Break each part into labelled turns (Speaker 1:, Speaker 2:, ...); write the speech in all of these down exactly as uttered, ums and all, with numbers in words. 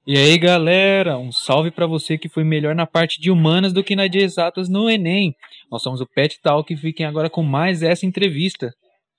Speaker 1: E aí, galera, um salve pra você que foi melhor na parte de humanas do que na de exatas no Enem. Nós somos o Pet Talk e fiquem agora com mais essa entrevista.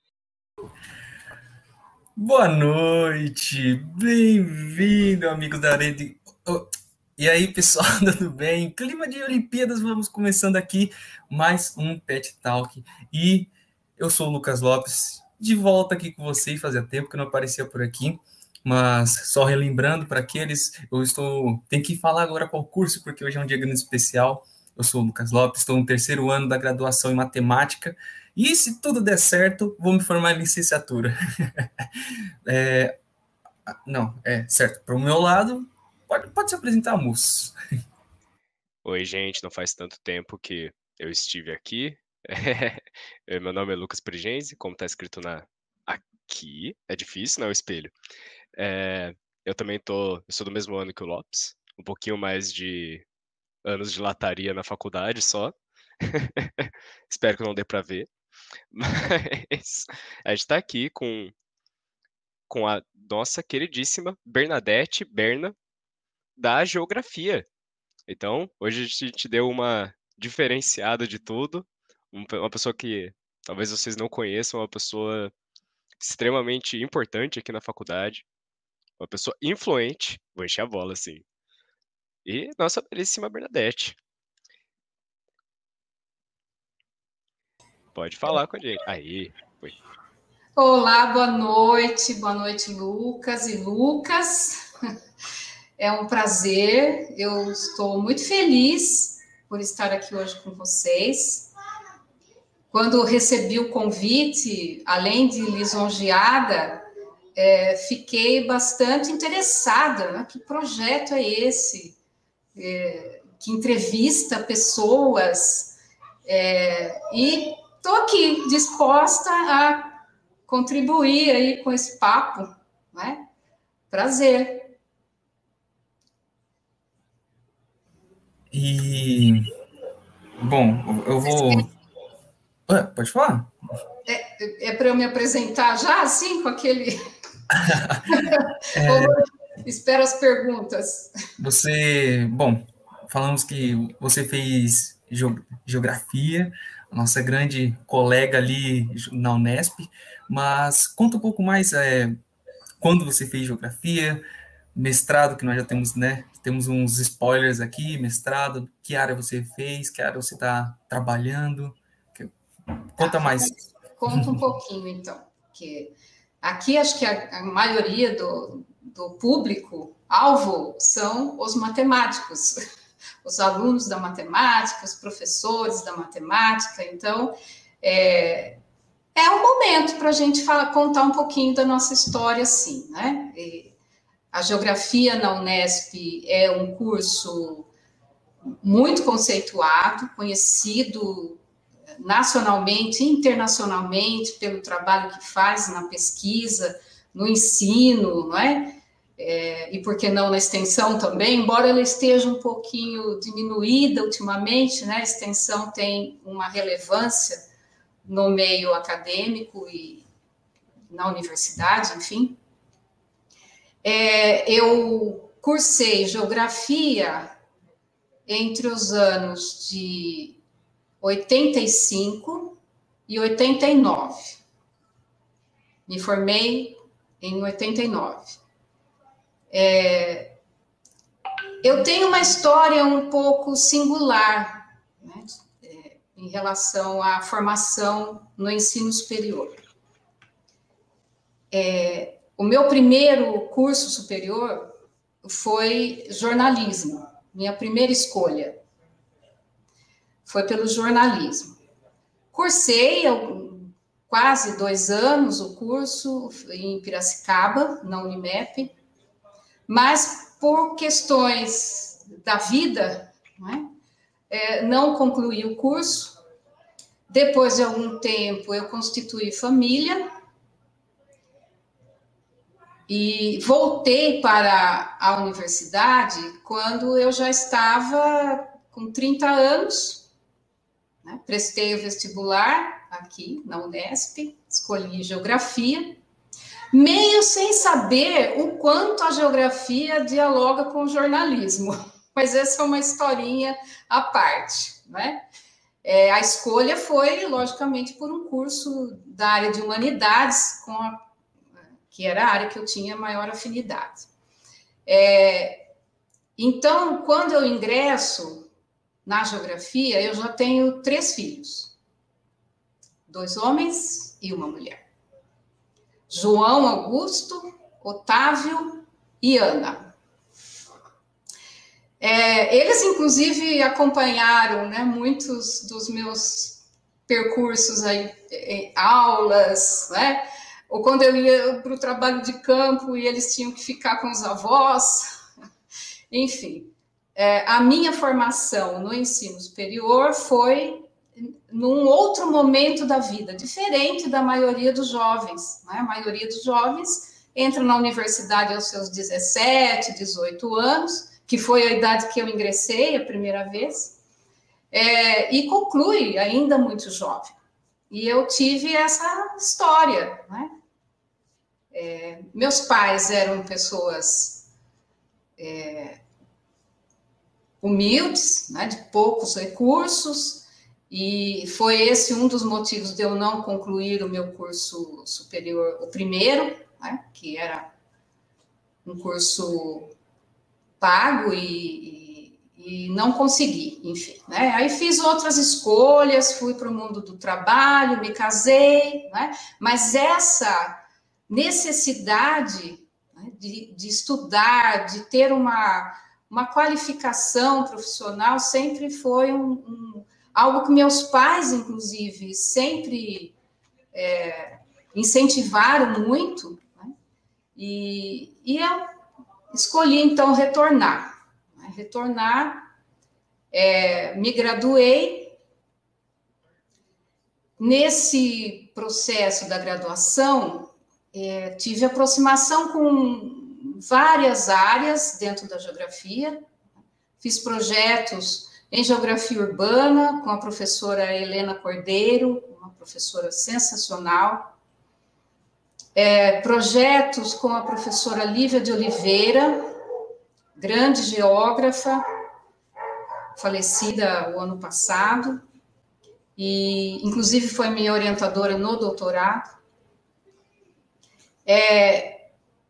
Speaker 2: Boa noite, bem-vindo, amigos da rede. Oh, e aí, pessoal, tudo bem? Clima de Olimpíadas, vamos começando aqui mais um Pet Talk. E eu sou o Lucas Lopes, de volta aqui com vocês, fazia tempo que eu não aparecia por aqui, mas só relembrando para aqueles, eu estou, tem que falar agora qual curso, porque hoje é um dia grande especial. Eu sou o Lucas Lopes, estou no terceiro ano da graduação em matemática, e se tudo der certo, vou me formar em licenciatura. É, não, é certo. Para o meu lado, pode, pode se apresentar, moço.
Speaker 3: Oi, gente, não faz tanto tempo que eu estive aqui. Eh, Meu nome é Lucas Prigenzi, como está escrito na aqui, é difícil, não é o espelho. Eh, eu também tô, eu sou do mesmo ano que o Lopes, um pouquinho mais de anos de lataria na faculdade só. Espero que não dê para ver. Mas a gente está aqui com, com a nossa queridíssima Bernadette Berna da Geografia. Então, hoje a gente deu uma diferenciada de tudo. Um Uma pessoa que talvez vocês não conheçam, uma pessoa extremamente importante aqui na faculdade, uma pessoa influente, vou encher a bola assim. E nossa belíssima Bernadette. Pode falar com a gente. Aí, foi.
Speaker 4: Olá, boa noite, boa noite, Lucas e Lucas. É um prazer, eu estou muito feliz por estar aqui hoje com vocês. Quando recebi o convite, além de lisonjeada, é, fiquei bastante interessada, né? Que projeto é esse? É, que entrevista pessoas, é, e estou aqui disposta a contribuir aí com esse papo, né? Prazer.
Speaker 2: E, bom, eu vou. Ué, pode falar?
Speaker 4: É, é para eu me apresentar já, assim, com aquele.
Speaker 2: É,
Speaker 4: Espero as perguntas.
Speaker 2: você, bom, falamos que você fez geografia, a nossa grande colega ali na Unesp, mas conta um pouco mais, é, quando você fez geografia, mestrado, que nós já temos, né? Temos uns spoilers aqui, mestrado, que área você fez, que área você está trabalhando,
Speaker 4: Tá,
Speaker 2: conta mais.
Speaker 4: conta um pouquinho, então. Que aqui acho que a, a maioria do, do público-alvo são os matemáticos, os alunos da matemática, os professores da matemática. Então, é, é um momento para a gente falar, contar um pouquinho da nossa história, assim, né? E a geografia na Unesp é um curso muito conceituado, conhecido nacionalmente e internacionalmente pelo trabalho que faz na pesquisa, no ensino, não é? É, e por que não na extensão também, embora ela esteja um pouquinho diminuída ultimamente, né? A extensão tem uma relevância no meio acadêmico e na universidade, enfim. É, eu cursei geografia entre os anos de oitenta e cinco e oitenta e nove. Me formei em oitenta e nove. É, eu tenho uma história um pouco singular, né, é, em relação à formação no ensino superior. É, o meu primeiro curso superior foi jornalismo, minha primeira escolha foi pelo jornalismo. Cursei quase dois anos o curso em Piracicaba, na Unimep, mas por questões da vida, não, é? É, não concluí o curso. Depois de algum tempo, eu constituí família e voltei para a universidade quando eu já estava com trinta anos, né? Prestei o vestibular aqui na Unesp, escolhi geografia. meio sem saber o quanto a geografia dialoga com o jornalismo. Mas essa é uma historinha à parte, né? É, a escolha foi, logicamente, por um curso da área de humanidades, com a, que era a área que eu tinha maior afinidade. É, então, quando eu ingresso na geografia, eu já tenho três filhos, dois homens e uma mulher. João Augusto, Otávio e Ana. É, eles, inclusive, acompanharam, né, muitos dos meus percursos, aí, em aulas, né, ou quando eu ia para o trabalho de campo e eles tinham que ficar com os avós. Enfim, é, a minha formação no ensino superior foi num outro momento da vida, diferente da maioria dos jovens, né? A maioria dos jovens entra na universidade aos seus dezessete, dezoito anos, que foi a idade que eu ingressei a primeira vez, é, e conclui ainda muito jovem. E eu tive essa história, né? É, meus pais eram pessoas é, humildes, né, de poucos recursos, e foi esse um dos motivos de eu não concluir o meu curso superior, o primeiro, né, que era um curso pago e, e, e não consegui, enfim. Né? Aí fiz outras escolhas, fui para o mundo do trabalho, me casei, né? Mas essa necessidade, né, de, de estudar, de ter uma, uma qualificação profissional sempre foi um, um, algo que meus pais, inclusive, sempre é, incentivaram muito, né? e, e eu escolhi, então, retornar. Né? Retornar, é, me graduei. Nesse processo da graduação, é, tive aproximação com várias áreas dentro da geografia. Fiz projetos em geografia urbana com a professora Helena Cordeiro, uma professora sensacional. É, projetos com a professora Lívia de Oliveira, grande geógrafa, falecida o ano passado, e inclusive foi minha orientadora no doutorado. É,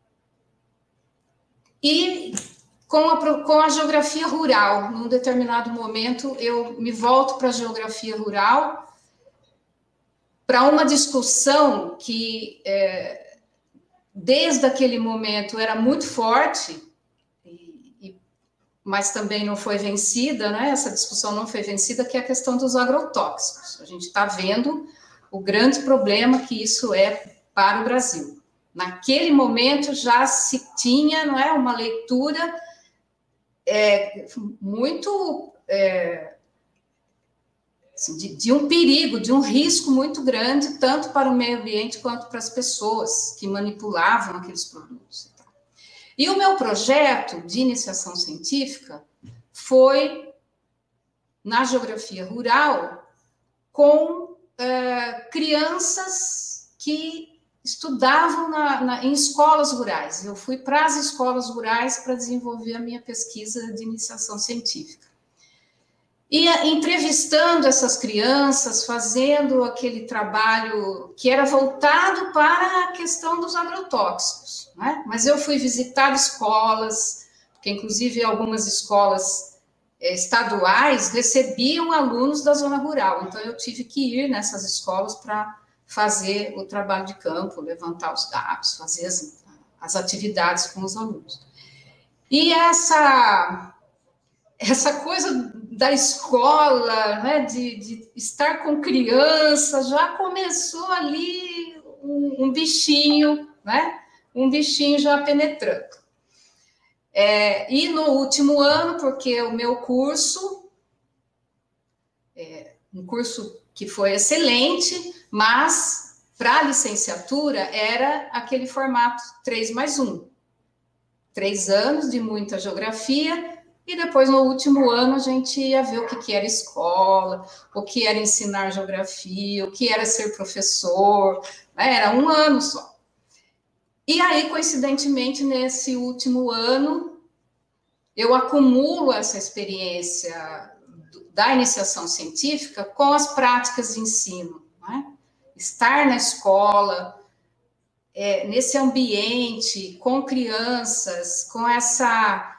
Speaker 4: e com a, com a geografia rural, num determinado momento, eu me volto para a geografia rural, para uma discussão que, é, desde aquele momento, era muito forte, e, e, mas também não foi vencida, né? Essa discussão não foi vencida, que é a questão dos agrotóxicos. A gente está vendo o grande problema que isso é para o Brasil. Naquele momento já se tinha, não é, uma leitura é, muito é, assim, de, de um perigo, de um risco muito grande, tanto para o meio ambiente quanto para as pessoas que manipulavam aqueles produtos. E o meu projeto de iniciação científica foi na geografia rural com é, crianças que estudavam na, na, em escolas rurais. Eu fui para as escolas rurais para desenvolver a minha pesquisa de iniciação científica. E entrevistando essas crianças, fazendo aquele trabalho que era voltado para a questão dos agrotóxicos, né? Mas eu fui visitar escolas, porque inclusive algumas escolas estaduais recebiam alunos da zona rural, então eu tive que ir nessas escolas para fazer o trabalho de campo, levantar os dados, fazer as, as atividades com os alunos. E essa, essa coisa da escola, né, de, de estar com crianças, já começou ali um, um bichinho, né, um bichinho já penetrando. É, e no último ano, porque o meu curso, é, um curso que foi excelente, mas para a licenciatura era aquele formato três mais um. Três anos de muita geografia, e depois no último ano a gente ia ver o que, que era escola, o que era ensinar geografia, o que era ser professor, né? Era um ano só. E aí, coincidentemente, nesse último ano, eu acumulo essa experiência da iniciação científica com as práticas de ensino, né? Estar na escola, é, nesse ambiente, com crianças, com essa,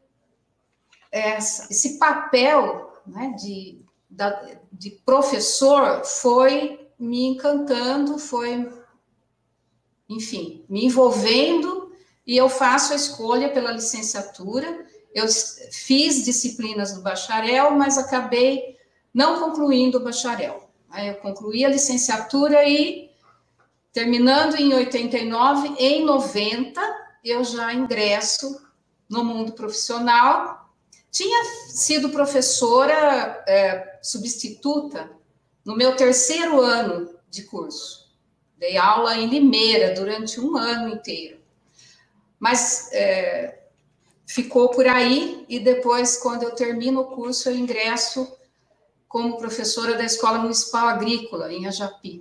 Speaker 4: essa esse papel, né, de, da, de professor, foi me encantando, foi, enfim, me envolvendo, e eu faço a escolha pela licenciatura. Eu fiz disciplinas do bacharel, mas acabei não concluindo o bacharel. Eu concluí a licenciatura e, terminando em oitenta e nove, em noventa, eu já ingresso no mundo profissional. Tinha sido professora é, substituta no meu terceiro ano de curso. Dei aula em Limeira durante um ano inteiro. Mas é, ficou por aí, e depois, quando eu termino o curso, eu ingresso como professora da Escola Municipal Agrícola, em Ajapi.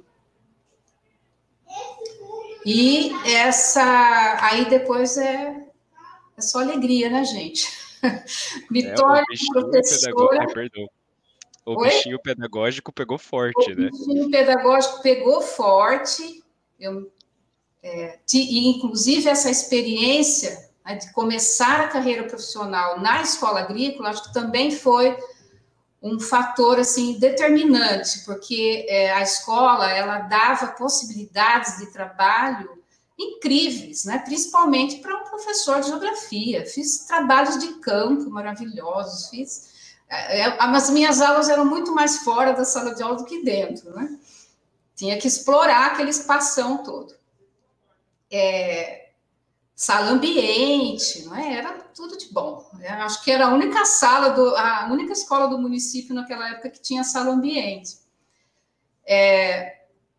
Speaker 4: E essa, aí depois é, é só alegria, né, gente? Me
Speaker 3: É,
Speaker 4: torno
Speaker 3: o
Speaker 4: professora...
Speaker 3: Ai, perdão. O
Speaker 4: Oi?
Speaker 3: bichinho pedagógico pegou forte,
Speaker 4: o
Speaker 3: né?
Speaker 4: O bichinho pedagógico pegou forte, eu, é, e inclusive essa experiência, né, de começar a carreira profissional na escola agrícola, acho que também foi um fator, assim, determinante, porque é, a escola, ela dava possibilidades de trabalho incríveis, né? Principalmente para um professor de geografia. Fiz trabalhos de campo maravilhosos, fiz... É, as minhas aulas eram muito mais fora da sala de aula do que dentro, né? Tinha que explorar aquele espação todo. É... Sala ambiente, não é? Era tudo de bom. Eu acho que era a única sala, do, a única escola do município naquela época que tinha sala ambiente. É,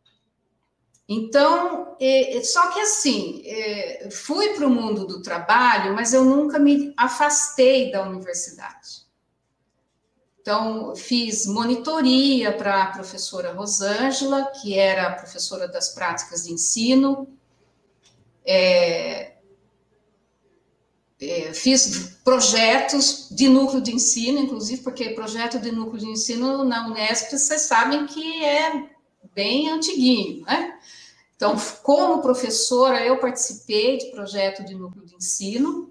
Speaker 4: então, é, só que assim, é, fui para o mundo do trabalho, mas eu nunca me afastei da universidade. Então, fiz monitoria para a professora Rosângela, que era a professora das práticas de ensino. É, É, fiz projetos de núcleo de ensino, inclusive, porque projeto de núcleo de ensino na Unesp, vocês sabem que é bem antiguinho, né? Então, como professora, eu participei de projeto de núcleo de ensino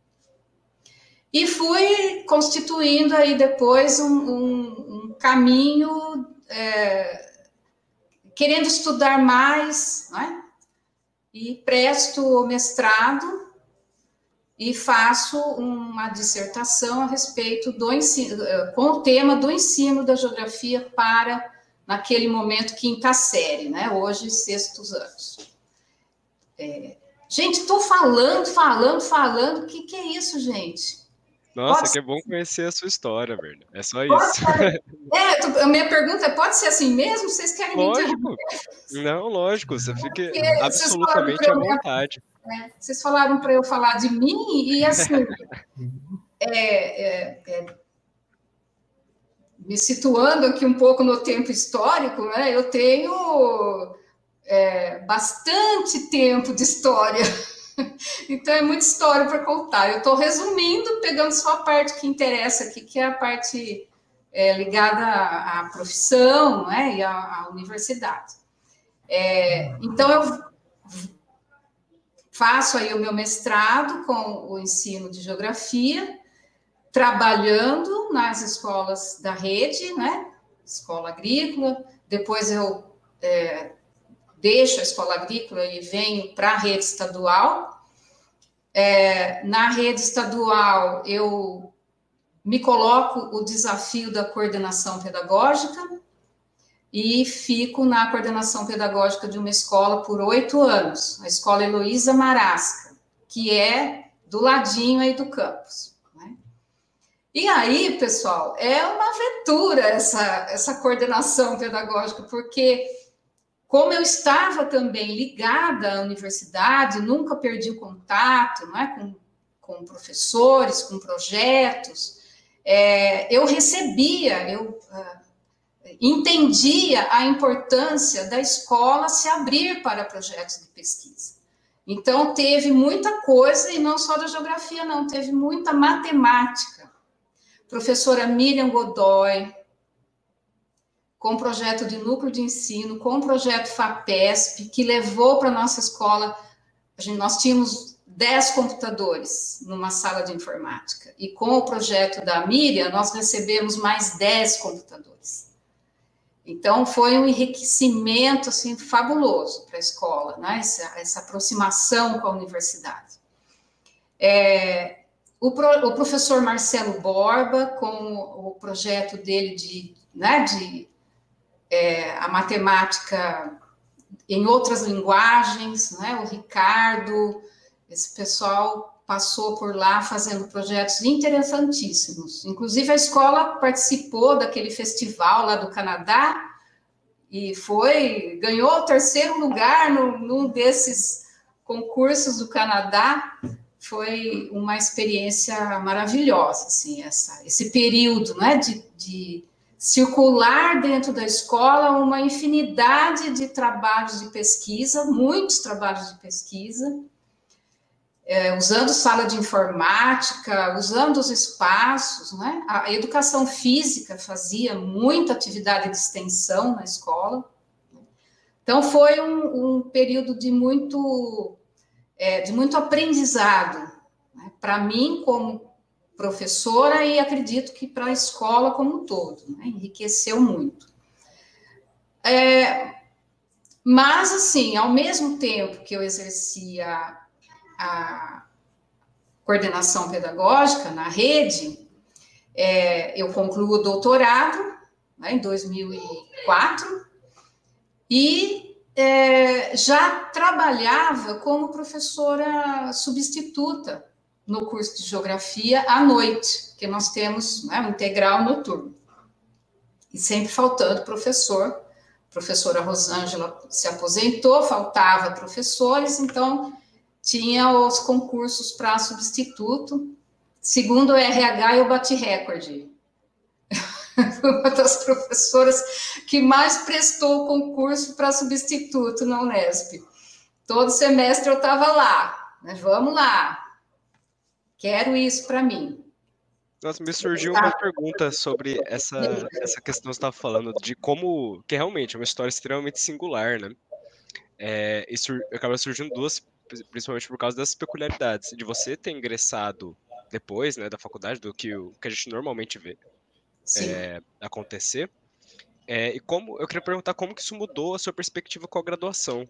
Speaker 4: e fui constituindo aí depois um, um, um caminho, é, querendo estudar mais, né? E presto o mestrado e faço uma dissertação a respeito do ensino, com o tema do ensino da geografia para, naquele momento, quinta série, né? Hoje, sextos anos. É... Gente, estou falando, falando, falando, o que, que é isso, gente?
Speaker 3: Nossa,
Speaker 4: pode
Speaker 3: que é bom conhecer a sua história, velho. É só
Speaker 4: pode
Speaker 3: isso.
Speaker 4: É, a minha pergunta é, pode ser assim mesmo? Vocês querem me interromper?
Speaker 3: Lógico. Não, lógico, você fica
Speaker 4: Porque vocês falaram
Speaker 3: absolutamente
Speaker 4: para
Speaker 3: à
Speaker 4: eu,
Speaker 3: vontade.
Speaker 4: é, vocês falaram para eu falar de mim, e assim, é, é, é, me situando aqui um pouco no tempo histórico, né, eu tenho é, bastante tempo de história, então é muita história para contar. Eu estou resumindo, pegando só a parte que interessa aqui, que é a parte é, ligada à, à profissão, né, e à, à universidade. É, então, eu faço aí o meu mestrado com o ensino de geografia, trabalhando nas escolas da rede, né? Escola agrícola. Depois eu é, deixo a escola agrícola e venho para a rede estadual. É, na rede estadual, eu me coloco o desafio da coordenação pedagógica e fico na coordenação pedagógica de uma escola por oito anos, a Escola Heloísa Marasca, que é do ladinho aí do campus. Né? E aí, pessoal, é uma aventura essa, essa coordenação pedagógica, porque como eu estava também ligada à universidade, nunca perdi o contato, não é, com, com professores, com projetos, é, eu recebia, eu... entendia a importância da escola se abrir para projetos de pesquisa. Então, teve muita coisa, e não só da geografia, não, teve muita matemática. Professora Miriam Godoy, com o projeto de núcleo de ensino, com o projeto FAPESP, que levou para a nossa escola, a gente, nós tínhamos dez computadores numa sala de informática, e com o projeto da Miriam, nós recebemos mais dez computadores. Então, foi um enriquecimento, assim, fabuloso para a escola, né? Essa, essa aproximação com a universidade. É, o, pro, o professor Marcelo Borba, com o projeto dele de, né, de é, a matemática em outras linguagens, né? O Ricardo, esse pessoal passou por lá fazendo projetos interessantíssimos. Inclusive, a escola participou daquele festival lá do Canadá e foi, ganhou o terceiro lugar no, num desses concursos do Canadá. Foi uma experiência maravilhosa, assim, essa, esse período, né, de, de circular dentro da escola uma infinidade de trabalhos de pesquisa, muitos trabalhos de pesquisa, É, usando sala de informática, usando os espaços, né? A educação física fazia muita atividade de extensão na escola. Então, foi um, um período de muito, é, de muito aprendizado, né? Para mim, como professora, e acredito que para a escola como um todo, né? Enriqueceu muito. É, mas, assim, ao mesmo tempo que eu exercia a coordenação pedagógica na rede, é, eu concluo o doutorado, né, em dois mil e quatro, e é, já trabalhava como professora substituta no curso de geografia à noite, porque nós temos, né, um integral noturno, e sempre faltando professor. A professora Rosângela se aposentou, faltava professores, então tinha os concursos para substituto. Segundo o R H, eu bati recorde. Fui uma das professoras que mais prestou concurso para substituto na Unesp. Todo semestre eu estava lá, né? Vamos lá, quero isso para mim.
Speaker 3: Nossa, me surgiu uma pergunta sobre essa, essa questão que você estava falando, de como, que realmente é uma história extremamente singular, né? É, e sur, acaba surgindo duas, principalmente por causa das peculiaridades, de você ter ingressado depois, né, da faculdade, do que, o, que a gente normalmente vê é, acontecer. É, e como, eu queria perguntar como que isso mudou a sua perspectiva com a graduação.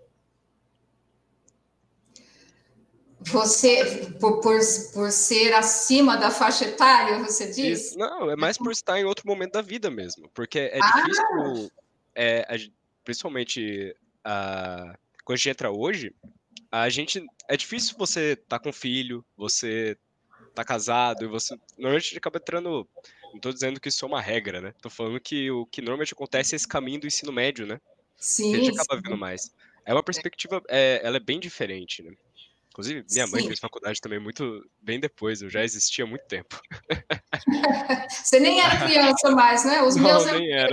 Speaker 4: Você, por, por, por ser acima da faixa etária, você diz?
Speaker 3: Isso, não, é mais por estar em outro momento da vida mesmo, porque é
Speaker 4: Ah.
Speaker 3: difícil, é, a, principalmente a, quando a gente entra hoje, a gente, é difícil você tá com filho, você tá casado, e você, normalmente a gente acaba entrando, não tô dizendo que isso é uma regra, né, tô falando que o que normalmente acontece é esse caminho do ensino médio, né,
Speaker 4: Sim,
Speaker 3: que a gente acaba
Speaker 4: sim.
Speaker 3: vendo mais. É uma perspectiva, é, ela é bem diferente, né. Inclusive, minha mãe
Speaker 4: Sim.
Speaker 3: fez faculdade também muito bem depois, eu já existia há muito tempo.
Speaker 4: Você nem era criança mais, né? Os
Speaker 3: Não,
Speaker 4: meus
Speaker 3: nem era.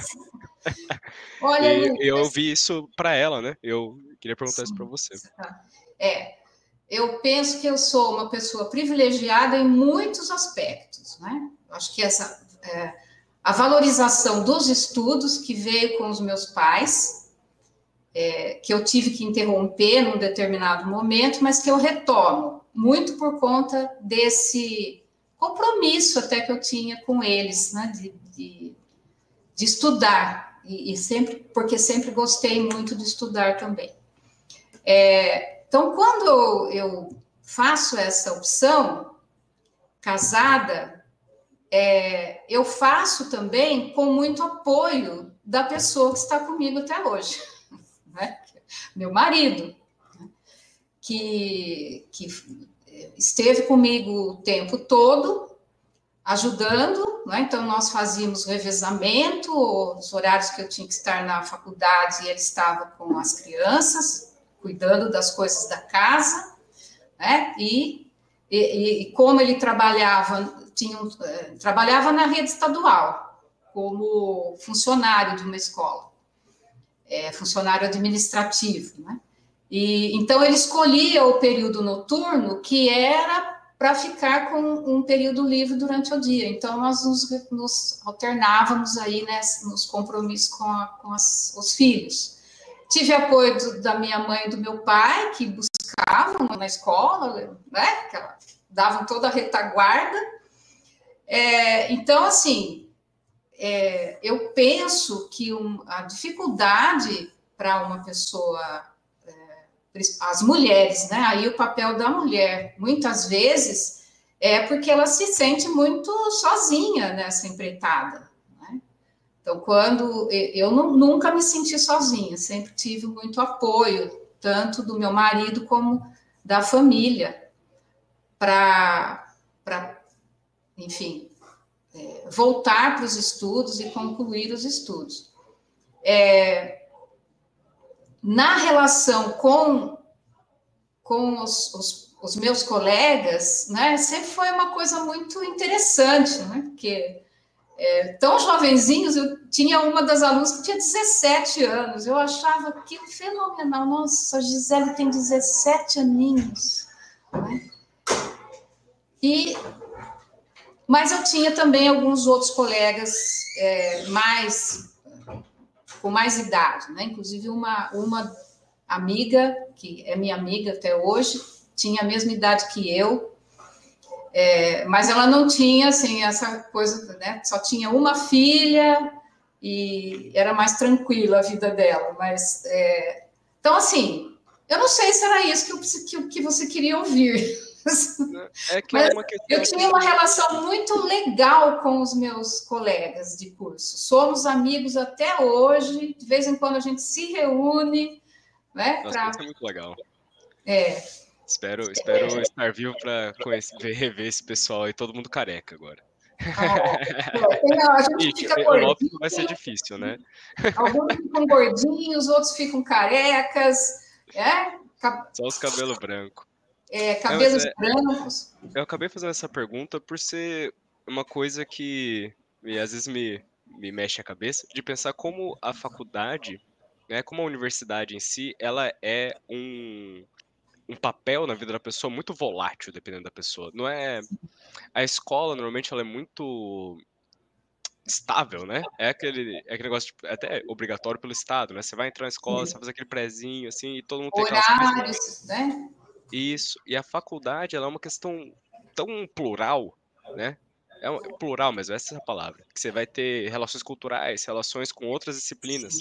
Speaker 4: Olha,
Speaker 3: e
Speaker 4: Lucas,
Speaker 3: eu ouvi isso para ela, né? Eu queria perguntar
Speaker 4: sim,
Speaker 3: isso para você.
Speaker 4: É, eu penso que eu sou uma pessoa privilegiada em muitos aspectos, né? Acho que essa é, a valorização dos estudos que veio com os meus pais, é, que eu tive que interromper num determinado momento, mas que eu retomo, muito por conta desse compromisso até que eu tinha com eles, né, de, de, de estudar, e, e sempre, porque sempre gostei muito de estudar também. É, então, quando eu, eu faço essa opção, casada, é, eu faço também com muito apoio da pessoa que está comigo até hoje, né? Meu marido, né? que, que esteve comigo o tempo todo, ajudando, né? Então nós fazíamos revezamento, os horários que eu tinha que estar na faculdade, ele estava com as crianças, cuidando das coisas da casa, né? E, e, e como ele trabalhava, tinha, trabalhava na rede estadual, como funcionário de uma escola, é, funcionário administrativo, né? E, então, ele escolhia o período noturno, que era para ficar com um período livre durante o dia. Então, nós nos, nos alternávamos aí, né, nos compromissos com, a, com as, os filhos. Tive apoio do, da minha mãe e do meu pai, que buscavam na escola, né, que davam toda a retaguarda. É, então, assim, é, eu penso que um, a dificuldade para uma pessoa... as mulheres, né? Aí o papel da mulher, muitas vezes, é porque ela se sente muito sozinha nessa empreitada, né? Então, quando... Eu nunca me senti sozinha, sempre tive muito apoio, tanto do meu marido como da família, para, para enfim, é, voltar para os estudos e concluir os estudos. É... Na relação com, com os, os, os meus colegas, né, sempre foi uma coisa muito interessante, né, porque é, tão jovenzinhos, eu tinha uma das alunas que tinha dezessete anos, eu achava aquilo fenomenal, nossa, a Gisele tem dezessete aninhos, né? E, mas eu tinha também alguns outros colegas é, mais... com mais idade, né? Inclusive uma, uma amiga, que é minha amiga até hoje, tinha a mesma idade que eu, é, mas ela não tinha, assim, essa coisa, né? Só tinha uma filha e era mais tranquila a vida dela, mas... É, então, assim, eu não sei se era isso que, eu, que, que você queria ouvir.
Speaker 3: É que
Speaker 4: mas
Speaker 3: é uma questão
Speaker 4: eu tinha uma relação muito legal com os meus colegas de curso. Somos amigos até hoje, de vez em quando a gente se reúne, né?
Speaker 3: Nossa,
Speaker 4: pra...
Speaker 3: isso é muito legal.
Speaker 4: É.
Speaker 3: Espero, espero é. estar vivo para rever esse pessoal aí, todo mundo careca agora.
Speaker 4: Ah, a gente
Speaker 3: Ixi,
Speaker 4: fica
Speaker 3: eu noto que vai ser difícil, né?
Speaker 4: Alguns ficam gordinhos, outros ficam carecas, é?
Speaker 3: Só os cabelos brancos.
Speaker 4: É, cabelos é, brancos.
Speaker 3: Eu acabei fazendo essa pergunta por ser uma coisa que e às vezes me, me mexe a cabeça, de pensar como a faculdade, né, como a universidade em si, ela é um, um papel na vida da pessoa muito volátil, dependendo da pessoa. Não é... A escola, normalmente, ela é muito estável, né? É aquele, é aquele negócio, tipo, até obrigatório pelo Estado, né? Você vai entrar na escola, Sim. você vai fazer aquele prézinho, assim, e todo mundo tem aquelas
Speaker 4: horários,
Speaker 3: coisas...
Speaker 4: né?
Speaker 3: Isso. E a faculdade, ela é uma questão tão plural, né? É um, plural mesmo, essa é a palavra. Que você vai ter relações culturais, relações com outras disciplinas.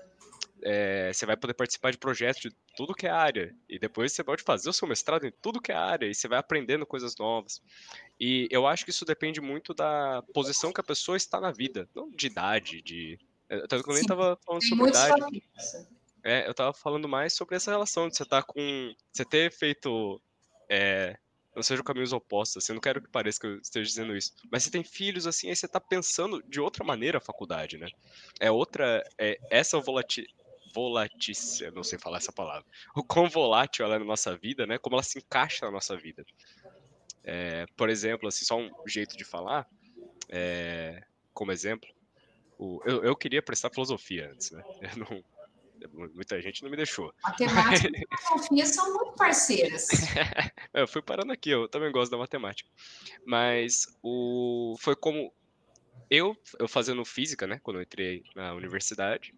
Speaker 3: É, você vai poder participar de projetos de tudo que é área. E depois você pode fazer o seu mestrado em tudo que é área. E você vai aprendendo coisas novas. E eu acho que isso depende muito da posição que a pessoa está na vida. Não de idade, de... Tanto que eu nem estava falando
Speaker 4: Tem
Speaker 3: sobre idade.
Speaker 4: Famílias.
Speaker 3: É, eu tava falando mais sobre essa relação de você estar tá com... Você ter feito... É, não sejam caminhos opostos, assim, eu não quero que pareça que eu esteja dizendo isso. Mas você tem filhos, assim, aí você tá pensando de outra maneira a faculdade, né? É outra... É, essa volati... volatícia, não sei falar essa palavra. O quão volátil ela é na nossa vida, né? Como ela se encaixa na nossa vida. É, por exemplo, assim, só um jeito de falar, é, como exemplo, o, eu, eu queria prestar filosofia antes, né? Eu não... Muita gente não me deixou.
Speaker 4: Matemática e filosofia são muito parceiras.
Speaker 3: Eu fui parando aqui, eu também gosto da matemática. Mas o... foi como eu, eu fazendo física, né, quando eu entrei na universidade,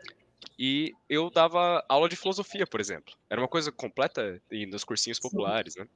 Speaker 3: e eu dava aula de filosofia, por exemplo. Era uma coisa completa, e nos cursinhos populares, né?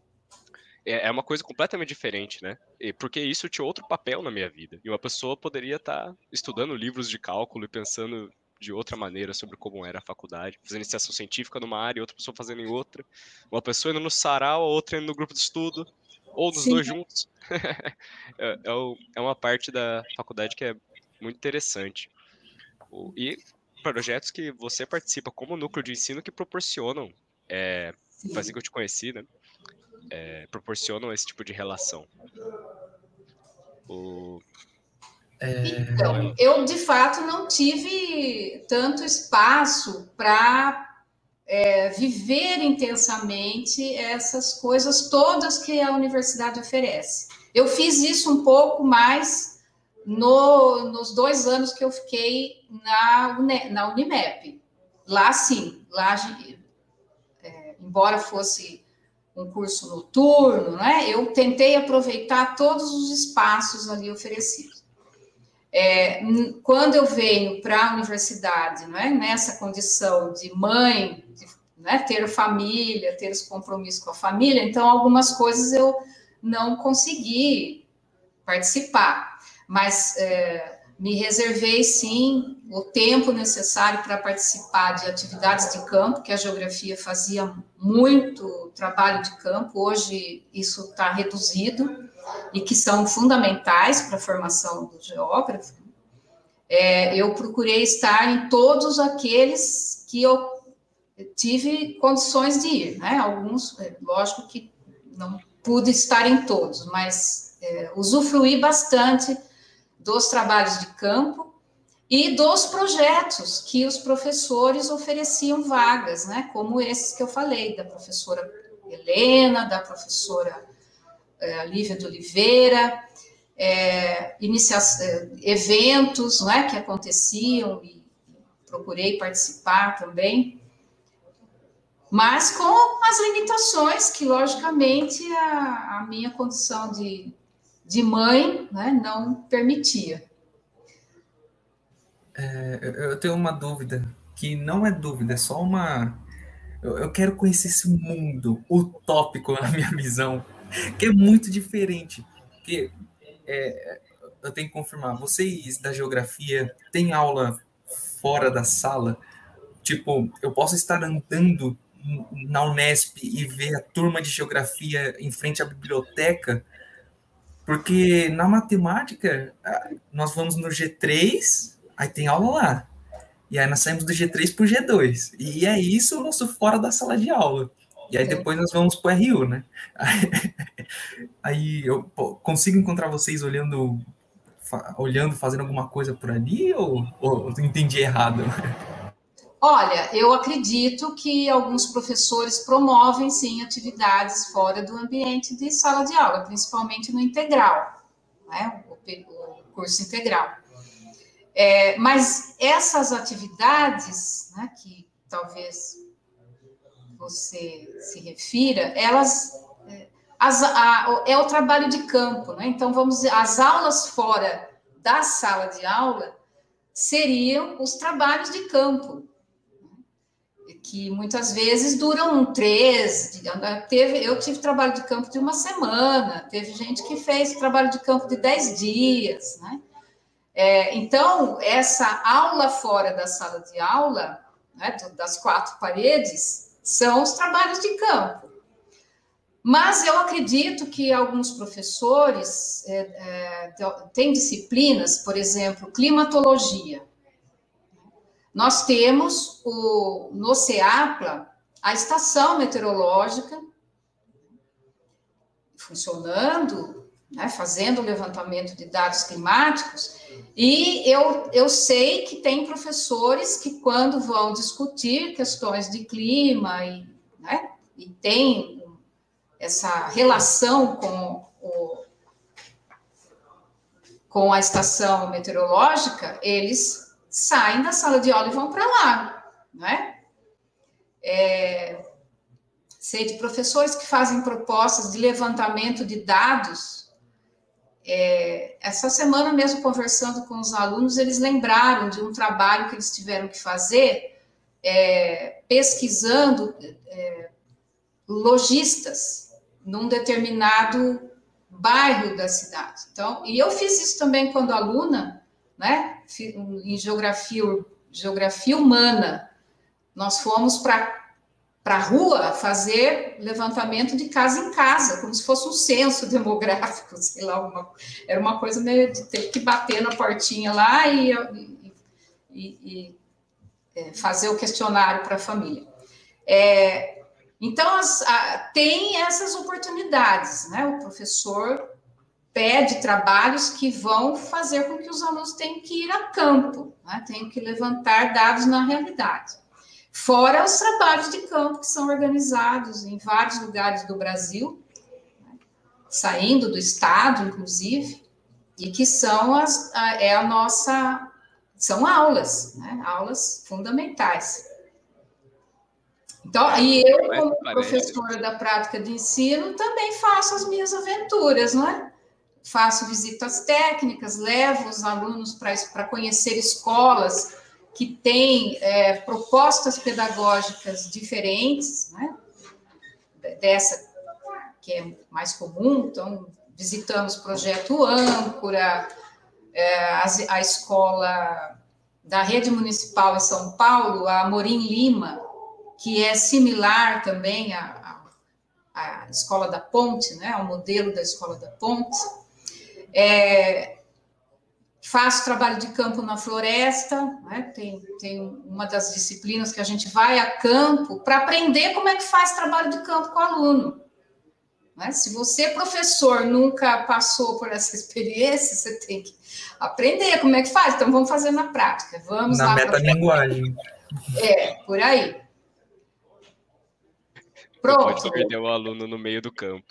Speaker 3: É uma coisa completamente diferente, né? Porque isso tinha outro papel na minha vida. E uma pessoa poderia estar estudando livros de cálculo e pensando de outra maneira sobre como era a faculdade, fazendo iniciação científica numa área e outra pessoa fazendo em outra, uma pessoa indo no sarau, a outra indo no grupo de estudo, ou nos Sim. dois juntos. é, é uma parte da faculdade que é muito interessante. E projetos que você participa como núcleo de ensino que proporcionam, é, faz que eu te conheci, né? É, proporcionam esse tipo de relação. O...
Speaker 4: Então, eu de fato não tive tanto espaço para é, viver intensamente essas coisas todas que a universidade oferece. Eu fiz isso um pouco mais no, nos dois anos que eu fiquei na, na Unimep. Lá sim, lá embora fosse um curso noturno, né? Eu tentei aproveitar todos os espaços ali oferecidos. É, quando eu venho para a universidade, né, nessa condição de mãe, de, né, ter família, ter os compromissos com a família, então algumas coisas eu não consegui participar, mas é, me reservei, sim, o tempo necessário para participar de atividades de campo, que a geografia fazia muito trabalho de campo, hoje isso está reduzido, e que são fundamentais para a formação do geógrafo. É, eu procurei estar em todos aqueles que eu tive condições de ir, né? Alguns, é, lógico que não pude estar em todos, mas é, usufruí bastante dos trabalhos de campo e dos projetos que os professores ofereciam vagas, né? Como esses que eu falei, da professora Helena, da professora é, Lívia de Oliveira, é, inicia, é, eventos, não é, que aconteciam e procurei participar também, mas com as limitações que, logicamente, a, a minha condição de, de mãe, né, não permitia.
Speaker 2: É, eu tenho uma dúvida, que não é dúvida, é só uma... Eu, eu quero conhecer esse mundo utópico, na minha visão, que é muito diferente. Porque é, eu tenho que confirmar, vocês da geografia têm aula fora da sala? Tipo, eu posso estar andando na Unesp e ver a turma de geografia em frente à biblioteca, porque na matemática nós vamos no G três, aí tem aula lá, e aí nós saímos do G três para o G dois, e é isso o nosso fora da sala de aula, e aí depois nós vamos para o R U, né? Aí eu consigo encontrar vocês olhando, olhando, fazendo alguma coisa por ali, ou, ou eu entendi errado?
Speaker 4: Olha, eu acredito que alguns professores promovem, sim, atividades fora do ambiente de sala de aula, principalmente no integral, né? o, o curso integral. É, mas essas atividades, né, que talvez você se refira, elas... As, a, é o trabalho de campo, né? Então, vamos dizer, as aulas fora da sala de aula seriam os trabalhos de campo, que muitas vezes duram três, teve, eu tive trabalho de campo de uma semana, teve gente que fez trabalho de campo de dez dias, né? É, então, essa aula fora da sala de aula, né, das quatro paredes, são os trabalhos de campo. Mas eu acredito que alguns professores é, é, têm disciplinas, por exemplo, climatologia. Nós temos o, no CEAPLA a estação meteorológica funcionando, né, fazendo o levantamento de dados climáticos, e eu, eu sei que tem professores que, quando vão discutir questões de clima e, né, e tem essa relação com, o, com a estação meteorológica, eles saem da sala de aula e vão para lá, né? É, sei de professores que fazem propostas de levantamento de dados. É, essa semana mesmo, conversando com os alunos, eles lembraram de um trabalho que eles tiveram que fazer, é, pesquisando é, lojistas num determinado bairro da cidade. Então, e eu fiz isso também quando aluna, né, em geografia, geografia humana. Nós fomos para para a rua fazer levantamento de casa em casa, como se fosse um censo demográfico, sei lá, uma, era uma coisa meio de ter que bater na portinha lá e, e, e, e é, fazer o questionário para a família. É, então, as, a, tem essas oportunidades, né? O professor pede trabalhos que vão fazer com que os alunos tenham que ir a campo, né? Tenham que levantar dados na realidade. Fora os trabalhos de campo que são organizados em vários lugares do Brasil, né? Saindo do estado, inclusive, e que são as, a, é a nossa, são aulas, né? Aulas fundamentais. Então, e eu, como professora da prática de ensino, também faço as minhas aventuras, não é? Faço visitas técnicas, levo os alunos para conhecer escolas que têm é, propostas pedagógicas diferentes, né? Dessa que é mais comum. Então, visitamos o projeto Âncora, é, a, a escola da Rede Municipal em São Paulo, a Amorim Lima, que é similar também à, à, à Escola da Ponte, né? Ao modelo da Escola da Ponte. É, faço trabalho de campo na floresta, né? tem, tem uma das disciplinas que a gente vai a campo para aprender como é que faz trabalho de campo com o aluno. Né? Se você, professor, nunca passou por essa experiência, você tem que aprender como é que faz. Então, vamos fazer na prática. Vamos
Speaker 2: na
Speaker 4: lá.
Speaker 2: metalinguagem.
Speaker 4: É, por aí.
Speaker 3: Pronto. Não pode perder o aluno no meio do campo.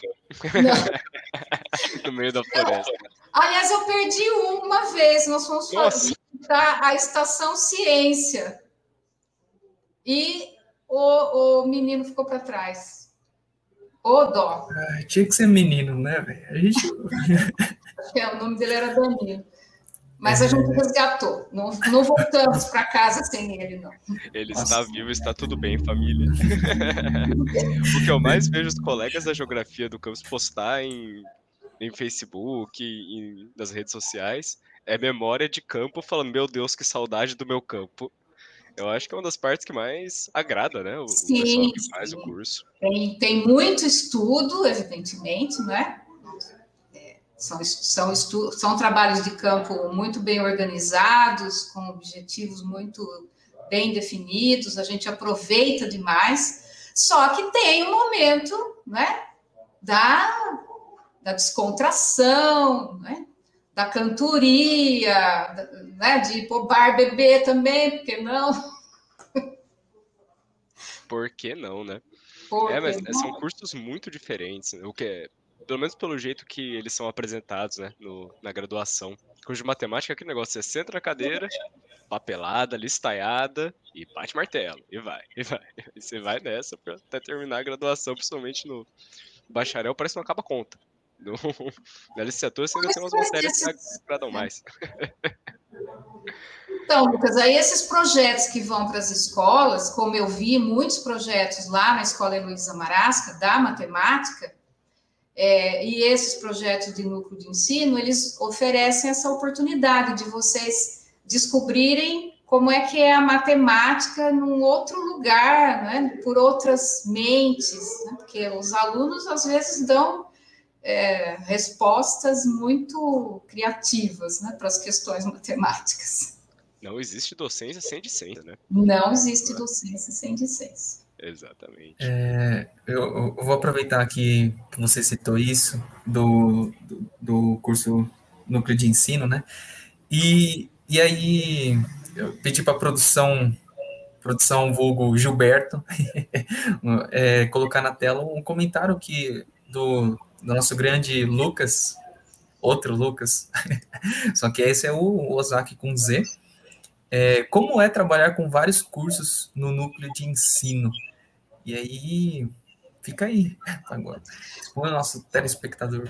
Speaker 3: No meio da floresta.
Speaker 4: Aliás, eu perdi uma vez. Nós fomos visitar a Estação Ciência. E o, o menino ficou para trás. Ô, dó.
Speaker 2: Ah, tinha que ser menino, né, velho? A gente...
Speaker 4: é, o nome dele era Danilo. Mas a gente resgatou. Não, não voltamos para casa sem ele, não.
Speaker 3: Ele Nossa. Está vivo, está tudo bem, família. O que eu mais vejo os colegas da geografia do campus postar em, em Facebook, em, nas redes sociais, é memória de campo, falando, meu Deus, que saudade do meu campo. Eu acho que é uma das partes que mais agrada, né? O, sim, o pessoal que faz sim. o curso.
Speaker 4: Tem, tem muito estudo, evidentemente, né? São, são, estu, são trabalhos de campo muito bem organizados, com objetivos muito bem definidos, a gente aproveita demais, só que tem um momento, né, da, da descontração, né, da cantoria, da, né, de ir pro bar beber também, por que não?
Speaker 3: Por que não, né?
Speaker 4: Por
Speaker 3: é, mas
Speaker 4: não?
Speaker 3: São cursos muito diferentes, o que é... Pelo menos pelo jeito que eles são apresentados, né, no, na graduação. Curso de matemática é aquele negócio, você senta na cadeira, papelada, listaiada, e bate martelo, e vai, e vai. E você vai nessa até terminar a graduação, principalmente no bacharel, parece que não acaba a conta. No, na licenciatura você ainda tem umas matérias que agradam mais.
Speaker 4: Então, Lucas, aí esses projetos que vão para as escolas, como eu vi muitos projetos lá na Escola Heloísa Marasca, da matemática, É, e esses projetos de núcleo de ensino, eles oferecem essa oportunidade de vocês descobrirem como é que é a matemática num outro lugar, né, por outras mentes, né, porque os alunos, às vezes, dão é, respostas muito criativas, né, para as questões matemáticas.
Speaker 3: Não existe docência sem discência, né?
Speaker 4: Não existe docência sem discência.
Speaker 3: Exatamente.
Speaker 2: É, eu, eu vou aproveitar aqui que você citou isso, do, do, do curso Núcleo de Ensino, né? E, e aí, eu pedi para a produção, produção vulgo Gilberto, é, colocar na tela um comentário que, do, do nosso grande Lucas, outro Lucas, só que esse é o Ozaki com Z. É, como é trabalhar com vários cursos no Núcleo de Ensino? E aí, fica aí, agora. O nosso telespectador.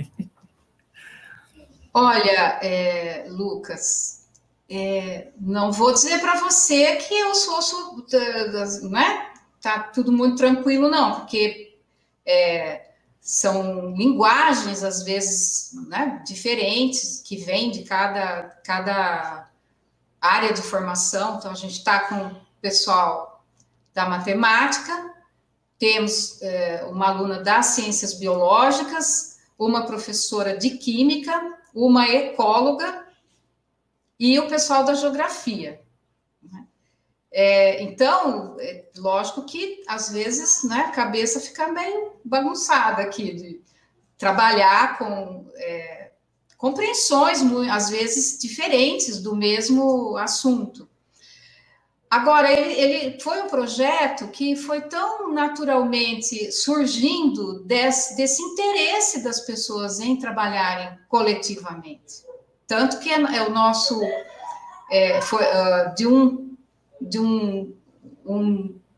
Speaker 4: Olha, é, Lucas, é, não vou dizer para você que eu sou, sou né? Tá tudo muito tranquilo, não, porque é, são linguagens, às vezes, né, diferentes, que vêm de cada, cada área de formação. Então, a gente está com o pessoal da matemática, temos é, uma aluna das ciências biológicas, uma professora de química, uma ecóloga e o pessoal da geografia. Né? É, então, é lógico que, às vezes, né, a cabeça fica meio bagunçada aqui, de trabalhar com é, compreensões, às vezes, diferentes do mesmo assunto. Agora, ele, ele foi um projeto que foi tão naturalmente surgindo desse, desse interesse das pessoas em trabalharem coletivamente. Tanto que é, é o nosso, é, foi uh, de, um, de um, um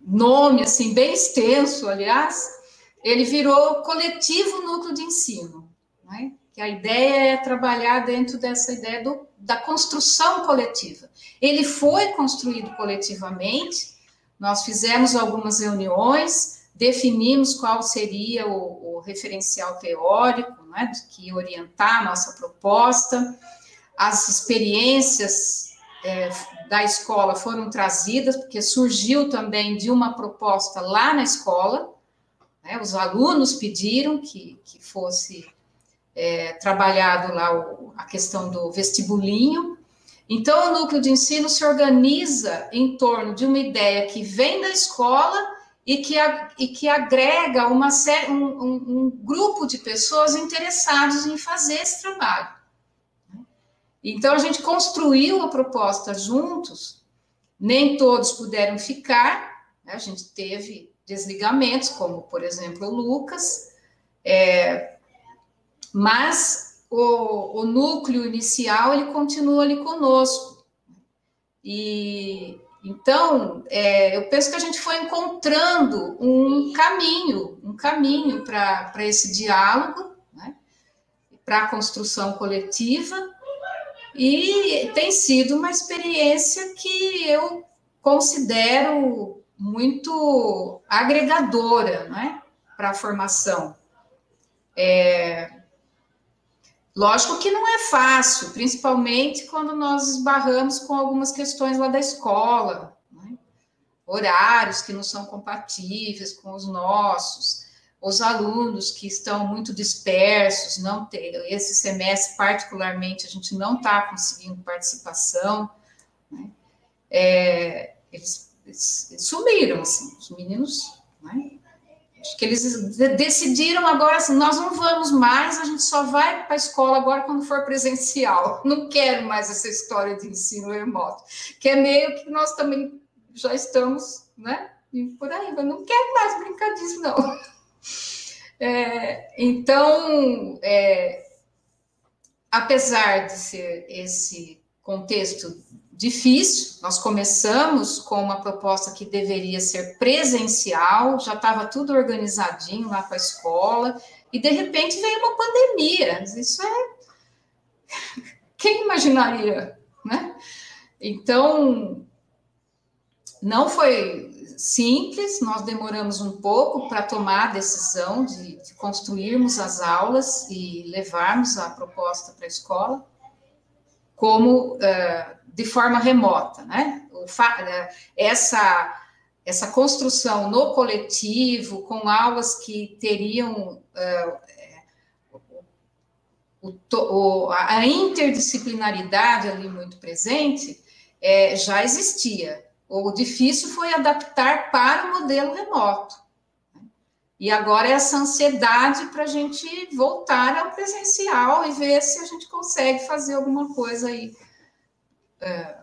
Speaker 4: nome assim bem extenso, aliás, ele virou Coletivo Núcleo de Ensino, né? Que a ideia é trabalhar dentro dessa ideia do, da construção coletiva. Ele foi construído coletivamente, nós fizemos algumas reuniões, definimos qual seria o, o referencial teórico, né, que ia orientar a nossa proposta, as experiências é, da escola foram trazidas, porque surgiu também de uma proposta lá na escola, né, os alunos pediram que, que fosse é, trabalhado lá o, a questão do vestibulinho. Então, o núcleo de ensino se organiza em torno de uma ideia que vem da escola e que, e que agrega uma série, um, um, um grupo de pessoas interessadas em fazer esse trabalho. Então, a gente construiu a proposta juntos, nem todos puderam ficar, né? A gente teve desligamentos, como, por exemplo, o Lucas, é, mas o, o núcleo inicial, ele continua ali conosco. E, então, é, eu penso que a gente foi encontrando um caminho, um caminho para esse diálogo, né? Para a construção coletiva, e tem sido uma experiência que eu considero muito agregadora, né, para a formação. É, lógico que não é fácil, principalmente quando nós esbarramos com algumas questões lá da escola, né, horários que não são compatíveis com os nossos, os alunos que estão muito dispersos, não tem, esse semestre particularmente a gente não está conseguindo participação, né? É, eles, eles, eles sumiram, assim, os meninos, né? Acho que eles decidiram agora, assim, nós não vamos mais, a gente só vai para a escola agora quando for presencial, não quero mais essa história de ensino remoto, que é meio que nós também já estamos, né, e por aí, mas não quero mais brincar disso, não. É, então, é, apesar de ser esse contexto difícil, nós começamos com uma proposta que deveria ser presencial, já estava tudo organizadinho lá com a escola, e de repente veio uma pandemia. Isso é... Quem imaginaria, né? Então, não foi simples, nós demoramos um pouco para tomar a decisão de, de construirmos as aulas e levarmos a proposta para a escola, como uh, de forma remota, né? O fa- essa, essa construção no coletivo, com aulas que teriam uh, o, o, a interdisciplinaridade ali muito presente, é, já existia. O difícil foi adaptar para o modelo remoto. E agora é essa ansiedade para a gente voltar ao presencial e ver se a gente consegue fazer alguma coisa aí é,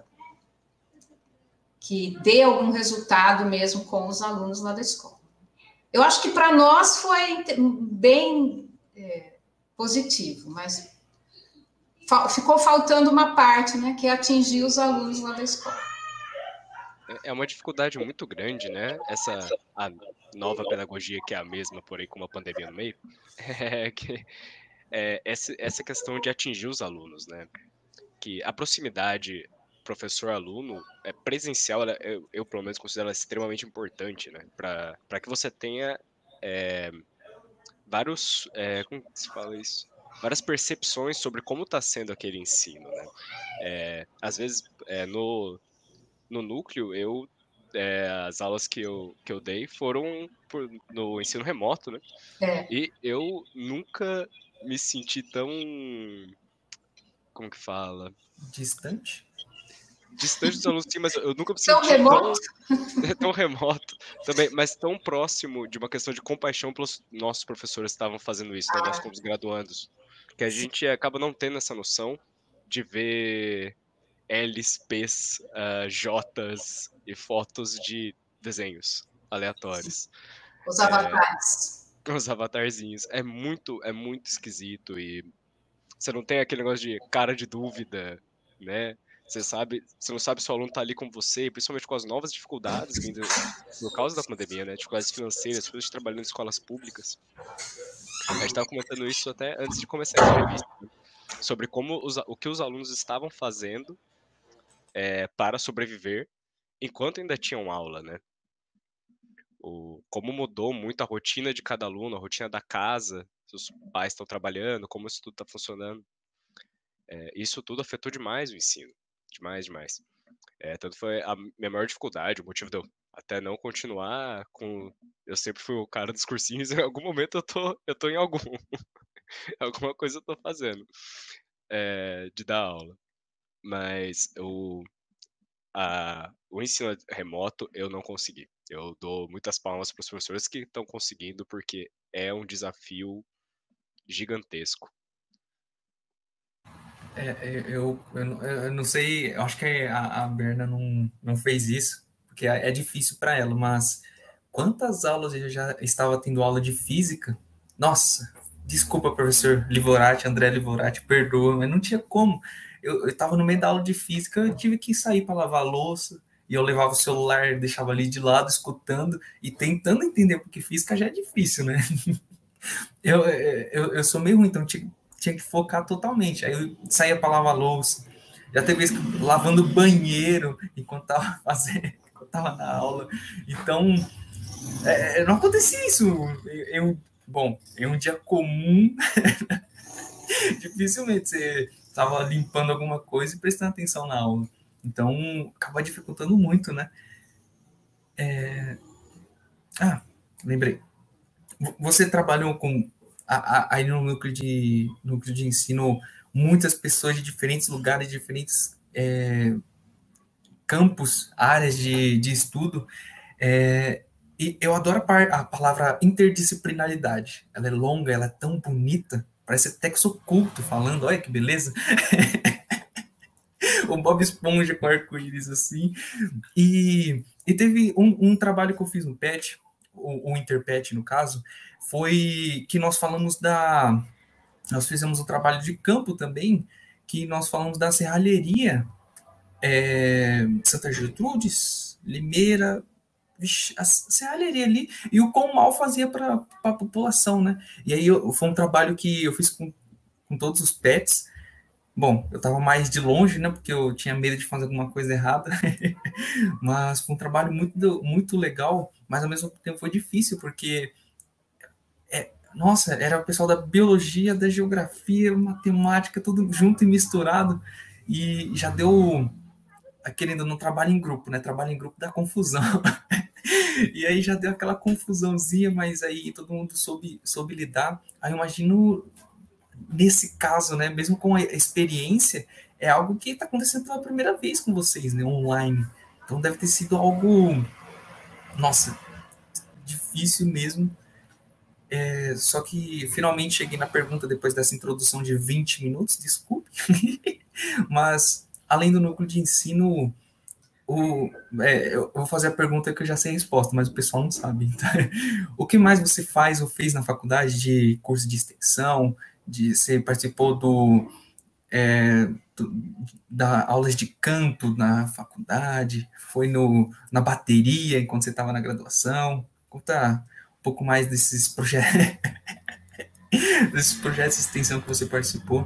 Speaker 4: que dê algum resultado mesmo com os alunos lá da escola. Eu acho que para nós foi bem é, positivo, mas fa- ficou faltando uma parte, né, que é atingir os alunos lá da escola.
Speaker 3: É uma dificuldade muito grande, né? Essa a nova pedagogia que é a mesma, porém com uma pandemia no meio, é que é essa, essa questão de atingir os alunos, né? Que a proximidade professor-aluno é presencial, ela, eu, eu pelo menos considero ela extremamente importante, né? Para para que você tenha é, vários, é, como que se fala isso? Várias percepções sobre como está sendo aquele ensino, né? É, às vezes, é, no no núcleo, eu é, as aulas que eu, que eu dei foram por, no ensino remoto, né?
Speaker 4: É.
Speaker 3: E eu nunca me senti tão... Como que fala?
Speaker 2: Distante?
Speaker 3: Distante dos alunos, sim, mas eu nunca me
Speaker 4: Tão
Speaker 3: senti
Speaker 4: remoto?
Speaker 3: tão, tão remoto também, mas tão próximo de uma questão de compaixão pelos nossos professores que estavam fazendo isso, né? Nós como os graduandos. Que a gente acaba não tendo essa noção de ver L's, P's, uh, J's e fotos de desenhos aleatórios.
Speaker 4: Os avatares.
Speaker 3: É, os avatarzinhos. É muito, é muito esquisito e você não tem aquele negócio de cara de dúvida, né? Você sabe, você não sabe se o aluno está ali com você, principalmente com as novas dificuldades vindo por causa da pandemia, né? Dificuldades financeiras, pessoas trabalhando em escolas públicas. A gente estava comentando isso até antes de começar a entrevista, né? Sobre como os, o que os alunos estavam fazendo é, para sobreviver enquanto ainda tinham aula, né? O, como mudou muito a rotina de cada aluno, a rotina da casa, se os pais estão trabalhando, como isso tudo está funcionando. É, isso tudo afetou demais o ensino. Demais, demais. É, tanto foi a minha maior dificuldade, o motivo de eu até não continuar com... Eu sempre fui o cara dos cursinhos, em algum momento eu tô, eu tô em algum. Alguma coisa eu tô fazendo é, de dar aula. Mas o, a, o ensino remoto eu não consegui. Eu dou muitas palmas para os professores que estão conseguindo, porque é um desafio gigantesco.
Speaker 2: É, eu, eu, não- eu não sei, eu acho que a, a Berna não, não fez isso, porque é, é difícil para ela, mas quantas aulas eu já estava tendo aula de física? Nossa, desculpa, professor Livorati, André Livorati, perdoa, mas não tinha como. Eu estava no meio da aula de física, eu tive que sair para lavar a louça, e eu levava o celular, deixava ali de lado, escutando e tentando entender, porque física já é difícil, né? Eu, eu, eu sou meio ruim, então tinha, tinha que focar totalmente. Aí eu saía para lavar louça. Já teve vezes que lavando banheiro enquanto tava fazendo, enquanto tava na aula. Então, é, não acontecia isso. Eu, eu, bom, em um dia comum, dificilmente você estava limpando alguma coisa e prestando atenção na aula. Então, acaba dificultando muito, né? É... Ah, lembrei. Você trabalhou com aí no núcleo de, núcleo de ensino muitas pessoas de diferentes lugares, diferentes é, campos, áreas de, de estudo. É, e eu adoro a, par, a palavra interdisciplinaridade. Ela é longa, ela é tão bonita, parece até que sou culto falando, olha que beleza. O Bob Esponja com arco-íris assim. E, e teve um, um trabalho que eu fiz no PET, o, o Interpet no caso, foi que nós falamos da... Nós fizemos um trabalho de campo também, que nós falamos da serralheria é, Santa Gertrudes, Limeira, vixe, a serralheria ali, e o quão mal fazia para a população, né? E aí eu, foi um trabalho que eu fiz com, com todos os pets. Bom, eu estava mais de longe, né? Porque eu tinha medo de fazer alguma coisa errada. Mas foi um trabalho muito, muito legal, mas ao mesmo tempo foi difícil, porque é, nossa, era o pessoal da biologia, da geografia, matemática, tudo junto e misturado, e já deu, querendo, não trabalho em grupo, né? Trabalho em grupo dá confusão. E aí já deu aquela confusãozinha, mas aí todo mundo soube, soube lidar. Aí eu imagino, nesse caso, né? Mesmo com a experiência, é algo que está acontecendo pela primeira vez com vocês, né? Online. Então deve ter sido algo, nossa, difícil mesmo. É, só que finalmente cheguei na pergunta depois dessa introdução de vinte minutos, desculpe. Mas, além do núcleo de ensino, o, é, eu vou fazer a pergunta que eu já sei a resposta, mas o pessoal não sabe. Então, o que mais você faz ou fez na faculdade de curso de extensão? De, você participou do, é, do, da aulas de canto na faculdade? Foi no, na bateria enquanto você estava na graduação? Conta um pouco mais desses projetos, desses projetos de extensão que você participou.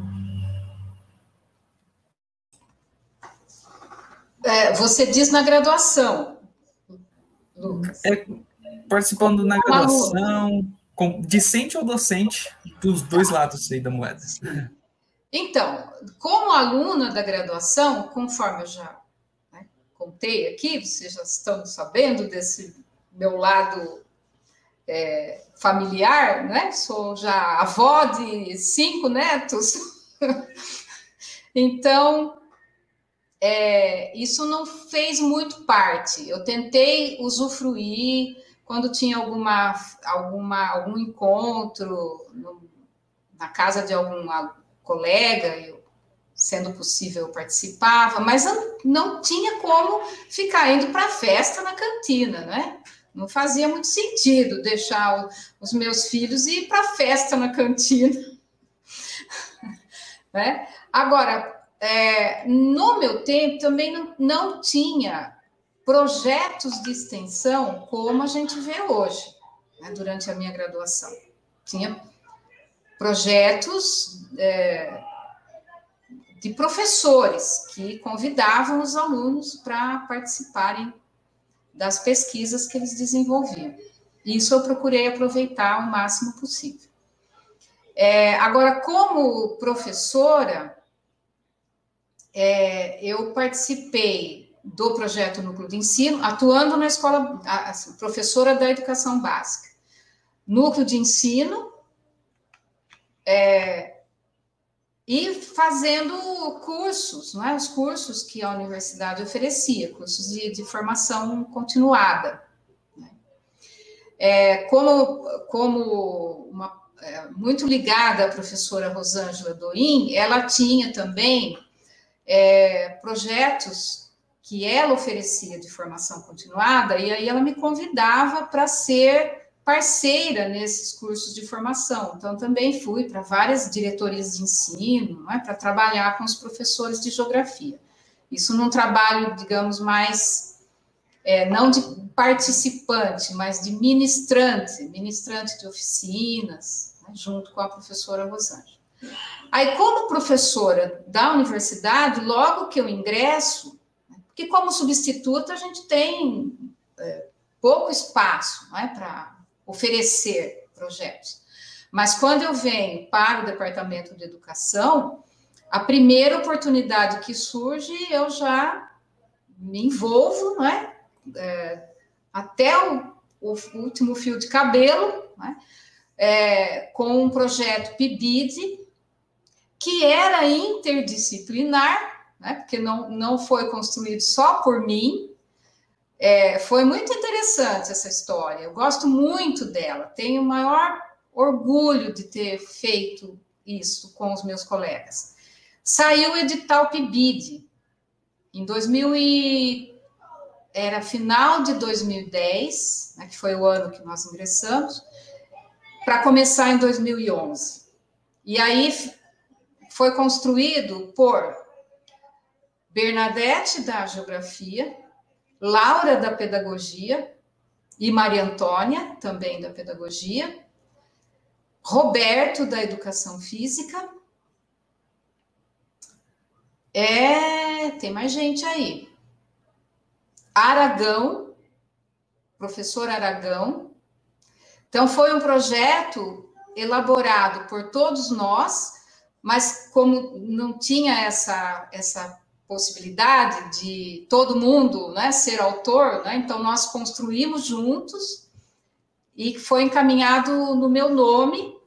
Speaker 4: É, você diz na graduação, Lucas.
Speaker 2: É, participando na graduação, com, discente ou docente, dos dois lados aí da moeda.
Speaker 4: Então, como aluna da graduação, conforme eu já, né, contei aqui, vocês já estão sabendo desse meu lado é, familiar, né? Sou já avó de cinco netos. Então, é, isso não fez muito parte. Eu tentei usufruir quando tinha alguma, alguma, algum encontro no, na casa de algum colega, eu, sendo possível, eu participava, mas não, não tinha como ficar indo para a festa na cantina, né? Não fazia muito sentido deixar o, os meus filhos ir para a festa na cantina. Né? Agora, é, no meu tempo também não, não tinha projetos de extensão como a gente vê hoje, né, durante a minha graduação. Tinha projetos é, de professores que convidavam os alunos para participarem das pesquisas que eles desenvolviam. Isso eu procurei aproveitar o máximo possível. É, agora, como professora, é, eu participei do projeto Núcleo de Ensino, atuando na escola, assim, professora da educação básica. Núcleo de Ensino, é, e fazendo cursos, não é? Os cursos que a universidade oferecia, cursos de, de formação continuada. Né? É, como, como uma, é, muito ligada à professora Rosângela Doim, ela tinha também é, projetos que ela oferecia de formação continuada, e aí ela me convidava para ser parceira nesses cursos de formação. Então, também fui para várias diretorias de ensino, não é? Para trabalhar com os professores de geografia. Isso num trabalho, digamos, mais, é, não de participante, mas de ministrante, ministrante de oficinas, né? Junto com a professora Rosângela. Aí, como professora da universidade, logo que eu ingresso, porque como substituta a gente tem é, pouco espaço, não é, para oferecer projetos. Mas quando eu venho para o Departamento de Educação, a primeira oportunidade que surge, eu já me envolvo, não é? É, até o, o último fio de cabelo, não é? É, com um projeto P I B I D, que era interdisciplinar, né? Porque não, não foi construído só por mim. É, foi muito interessante essa história, eu gosto muito dela, tenho o maior orgulho de ter feito isso com os meus colegas. Saiu o edital P I B I D em dois mil e... era final de dois mil e dez, né, que foi o ano que nós ingressamos, para começar em dois mil e onze. E aí foi construído por Bernadette, da Geografia, Laura, da Pedagogia, e Maria Antônia, também da Pedagogia, Roberto, da Educação Física, é, tem mais gente aí, Aragão, professor Aragão. Então, foi um projeto elaborado por todos nós, mas como não tinha essa, essa possibilidade de todo mundo, né, ser autor, né, então nós construímos juntos e foi encaminhado no meu nome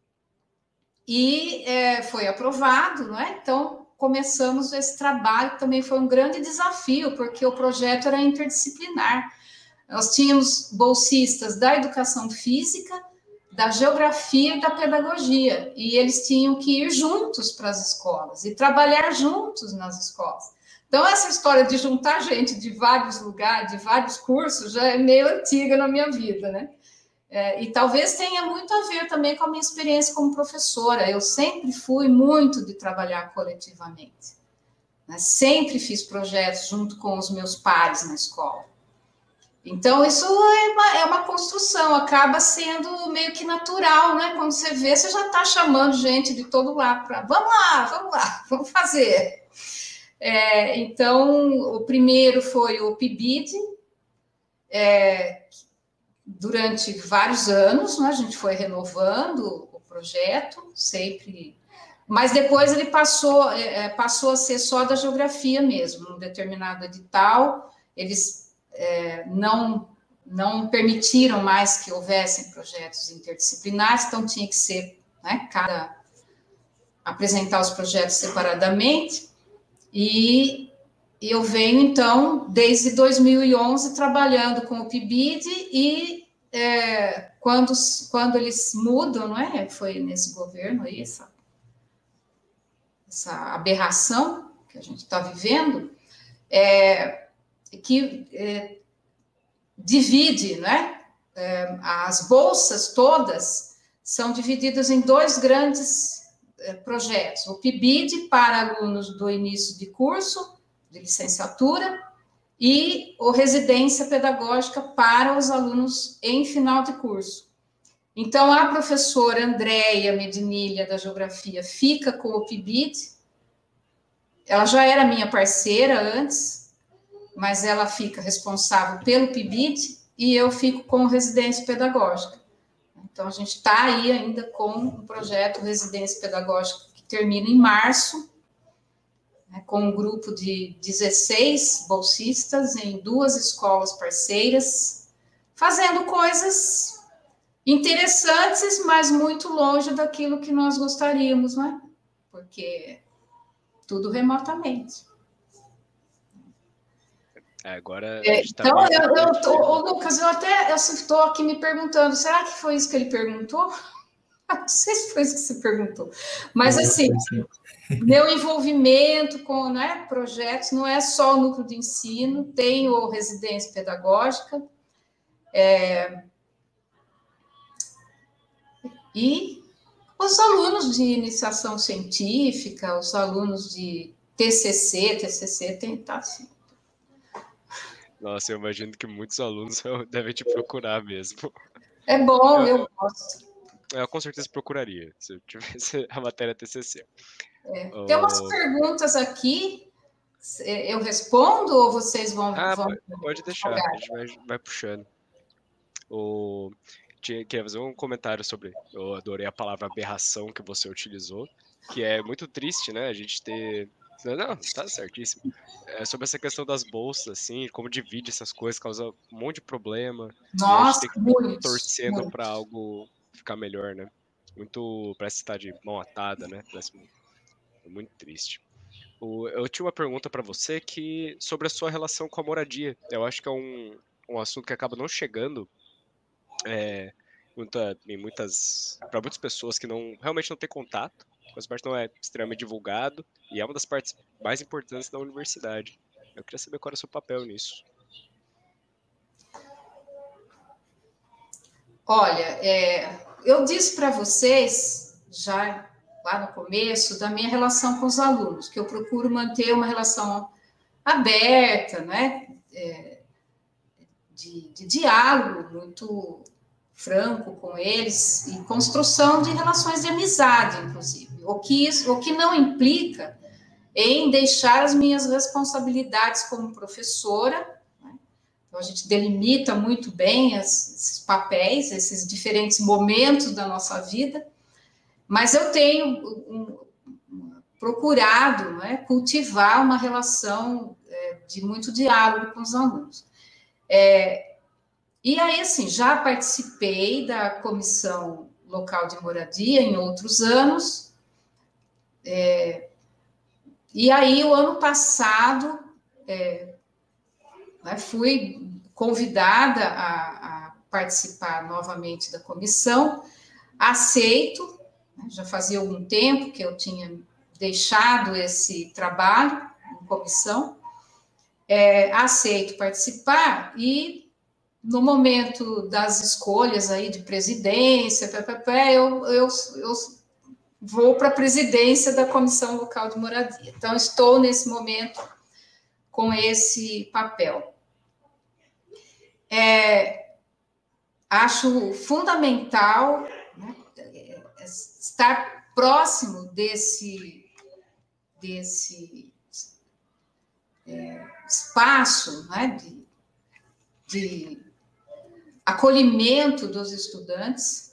Speaker 4: e é, foi aprovado, não é? Então começamos esse trabalho, que também foi um grande desafio, porque o projeto era interdisciplinar. Nós tínhamos bolsistas da educação física, da geografia e da pedagogia, e eles tinham que ir juntos para as escolas e trabalhar juntos nas escolas. Então, essa história de juntar gente de vários lugares, de vários cursos, já é meio antiga na minha vida, né? É, e talvez tenha muito a ver também com a minha experiência como professora. Eu sempre fui muito de trabalhar coletivamente, né? Sempre fiz projetos junto com os meus pares na escola. Então, isso é uma, é uma construção, acaba sendo meio que natural, né? Quando você vê, você já está chamando gente de todo lado para, vamos lá, vamos lá, vamos fazer. É, então, o primeiro foi o P I B I D, é, durante vários anos, né? A gente foi renovando o projeto, sempre, mas depois ele passou, é, passou a ser só da geografia mesmo, num determinado edital, eles É, não, não permitiram mais que houvessem projetos interdisciplinares, então tinha que ser, né, cada, apresentar os projetos separadamente, e, e eu venho, então, desde dois mil e onze, trabalhando com o P I B I D, e é, quando, quando eles mudam, não é? Foi nesse governo aí, essa, essa aberração que a gente está vivendo, é, que é, divide, né? É, as bolsas todas são divididas em dois grandes projetos, o P I B I D para alunos do início de curso, de licenciatura, e o Residência Pedagógica para os alunos em final de curso. Então, a professora Andréia Medinilha, da Geografia, fica com o P I B I D, ela já era minha parceira antes, mas ela fica responsável pelo P I B I D, e eu fico com Residência Pedagógica. Então, a gente está aí ainda com um projeto Residência Pedagógica que termina em março, né, com um grupo de dezesseis bolsistas em duas escolas parceiras, fazendo coisas interessantes, mas muito longe daquilo que nós gostaríamos, né? Porque tudo remotamente.
Speaker 3: É, agora
Speaker 4: É,
Speaker 3: tá
Speaker 4: então,
Speaker 3: meio...
Speaker 4: eu, eu tô, ô, Lucas, eu até estou aqui me perguntando, será que foi isso que ele perguntou? Não sei se foi isso que você perguntou. Mas, assim, meu envolvimento com, né, projetos não é só o núcleo de ensino, tem o Residência Pedagógica, é, e os alunos de iniciação científica, os alunos de T C C, T C C tem que estar assim.
Speaker 3: Nossa, eu imagino que muitos alunos devem te procurar mesmo.
Speaker 4: É bom,
Speaker 3: Eu,
Speaker 4: eu gosto.
Speaker 3: eu com certeza procuraria, se eu tivesse a matéria T C C.
Speaker 4: É. Tem umas
Speaker 3: Oh.
Speaker 4: perguntas aqui, eu respondo ou vocês vão...
Speaker 3: Ah,
Speaker 4: vão
Speaker 3: pode deixar, jogar? A gente vai, vai puxando. O... Tinha, queria fazer um comentário sobre, eu adorei a palavra aberração que você utilizou, que é muito triste, né, a gente ter... Não, tá certíssimo. É sobre essa questão das bolsas, assim, como divide essas coisas, causa um monte de problema.
Speaker 4: Nossa,
Speaker 3: e a gente tem que
Speaker 4: muito,
Speaker 3: torcendo para algo ficar melhor, né? Muito, parece estar de mão atada, né? Parece muito triste. O, eu tinha uma pergunta para você que sobre a sua relação com a moradia. Eu acho que é um, um assunto que acaba não chegando é, muita, em muitas, para muitas pessoas que não realmente não têm contato. Faz parte não é extremamente divulgado e é uma das partes mais importantes da universidade. Eu queria saber qual era o seu papel nisso.
Speaker 4: Olha, é, eu disse para vocês, já lá no começo, da minha relação com os alunos, que eu procuro manter uma relação aberta, né, é, de, de diálogo muito franco com eles e construção de relações de amizade, inclusive. O que, isso, o que não implica em deixar as minhas responsabilidades como professora, né? Então, a gente delimita muito bem as, esses papéis, esses diferentes momentos da nossa vida, mas eu tenho um, um, procurado, né, cultivar uma relação é, de muito diálogo com os alunos. É, e aí, assim, já participei da comissão local de moradia em outros anos, é, e aí, o ano passado, é, né, fui convidada a, a participar novamente da comissão, aceito, né, já fazia algum tempo que eu tinha deixado esse trabalho em comissão, é, aceito participar e, no momento das escolhas aí de presidência, eu, eu, eu vou para a presidência da Comissão Local de Moradia. Então, estou nesse momento com esse papel. É, acho fundamental, né, estar próximo desse, desse é, espaço, né, de, de acolhimento dos estudantes.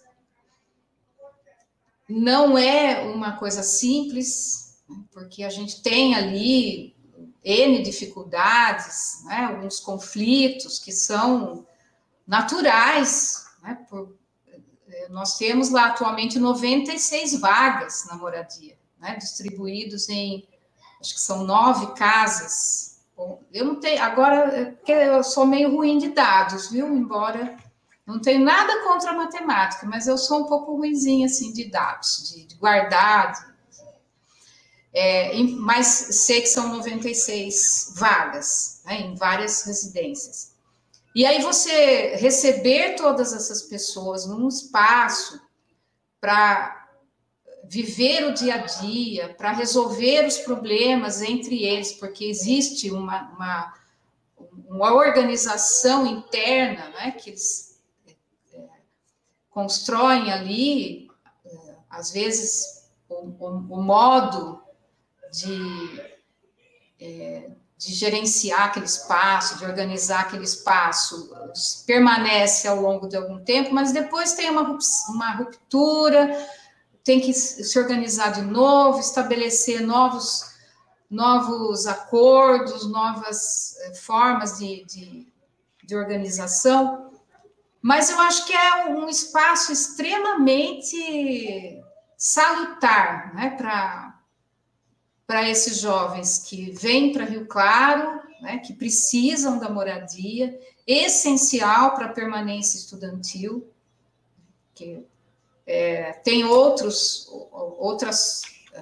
Speaker 4: Não é uma coisa simples, porque a gente tem ali N dificuldades, né, alguns conflitos que são naturais, né, por, nós temos lá atualmente noventa e seis vagas na moradia, né, distribuídos em, acho que são nove casas. Bom, eu não tenho, agora, porque eu sou meio ruim de dados, viu, embora... Não tenho nada contra a matemática, mas eu sou um pouco ruinzinha, assim, de dados, de, de guardar. De, é, mas sei que são noventa e seis vagas, né, em várias residências. E aí você receber todas essas pessoas num espaço para viver o dia a dia, para resolver os problemas entre eles, porque existe uma, uma, uma organização interna, né, que eles é, constroem ali, é, às vezes, o, o, o modo de, é, de gerenciar aquele espaço, de organizar aquele espaço, permanece ao longo de algum tempo, mas depois tem uma, uma ruptura, tem que se organizar de novo, estabelecer novos, novos acordos, novas formas de, de, de organização. Mas eu acho que é um espaço extremamente salutar, né, para para esses jovens que vêm para Rio Claro, né, que precisam da moradia, essencial para a permanência estudantil, que É, tem outros, outras,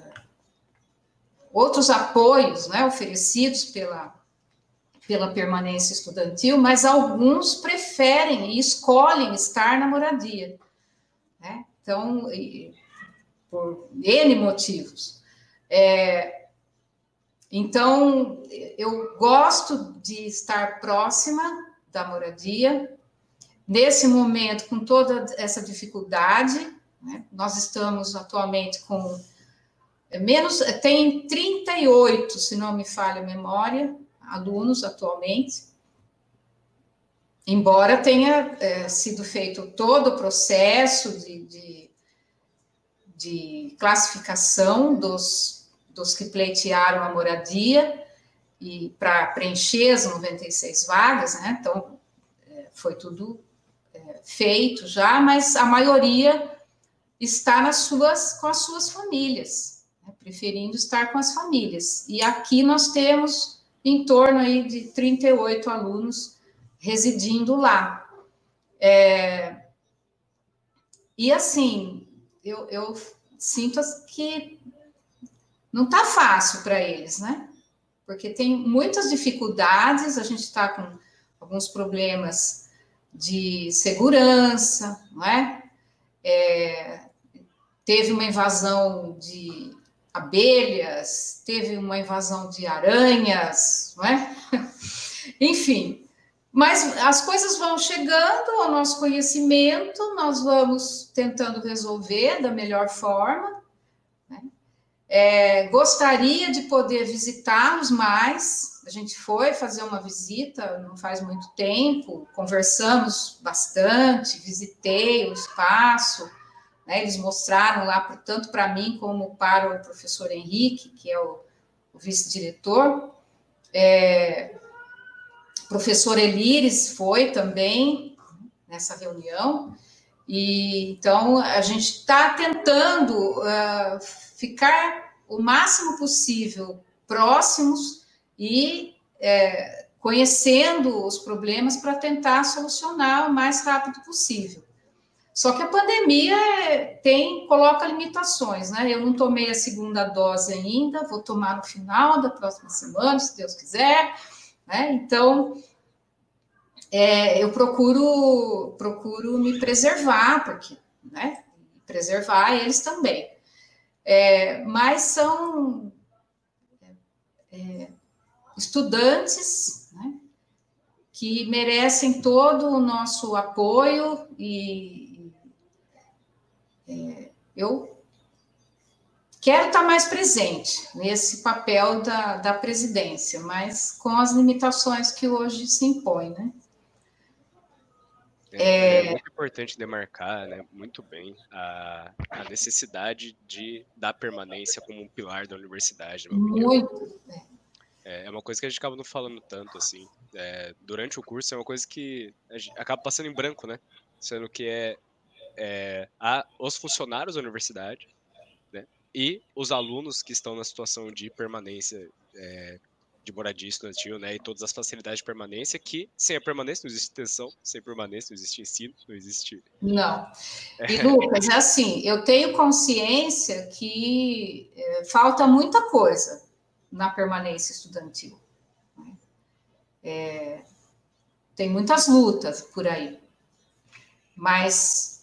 Speaker 4: outros apoios, né, oferecidos pela, pela permanência estudantil, mas alguns preferem e escolhem estar na moradia, né? Então, por N motivos. É, então, eu gosto de estar próxima da moradia. Nesse momento, com toda essa dificuldade, né, nós estamos atualmente com menos, tem trinta e oito, se não me falha a memória, alunos atualmente, embora tenha é, sido feito todo o processo de, de, de classificação dos, dos que pleitearam a moradia e para preencher as noventa e seis vagas, né, então é, foi tudo feito já, mas a maioria está nas suas, com as suas famílias, né, preferindo estar com as famílias. E aqui nós temos em torno aí de trinta e oito alunos residindo lá. É, e assim, eu, eu sinto que não está fácil para eles, né? Porque tem muitas dificuldades, a gente está com alguns problemas de segurança, não é? É, teve uma invasão de abelhas, teve uma invasão de aranhas, não é? Enfim, mas as coisas vão chegando ao nosso conhecimento, nós vamos tentando resolver da melhor forma, né? É, gostaria de poder visitá-los mais. A gente foi fazer uma visita não faz muito tempo, conversamos bastante, visitei o espaço, né, eles mostraram lá, tanto para mim como para o professor Henrique, que é o, o vice-diretor. É, o professor Elires foi também nessa reunião, e então a gente está tentando uh, ficar o máximo possível próximos e é, conhecendo os problemas para tentar solucionar o mais rápido possível. Só que a pandemia tem, coloca limitações, né? Eu não tomei a segunda dose ainda, vou tomar no final da próxima semana, se Deus quiser, né? Então, é, eu procuro, procuro me preservar, porque, né? Preservar eles também. É, mas são... É, estudantes, né, que merecem todo o nosso apoio e é, eu quero estar mais presente nesse papel da, da presidência, mas com as limitações que hoje se impõem, né?
Speaker 3: É, é muito importante demarcar, né, muito bem a, a necessidade de da permanência como um pilar da universidade.
Speaker 4: Muito.
Speaker 3: É, é uma coisa que a gente acaba não falando tanto, assim. É, durante o curso é uma coisa que a gente acaba passando em branco, né? Sendo que é, é a, os funcionários da universidade, né, e os alunos que estão na situação de permanência é, de moradia estudantil, né, e todas as facilidades de permanência, que sem a permanência não existe extensão, sem permanência não existe ensino, não existe...
Speaker 4: Não. E, Lucas, é assim, eu tenho consciência que é, falta muita coisa na permanência estudantil. Né? É, tem muitas lutas por aí, mas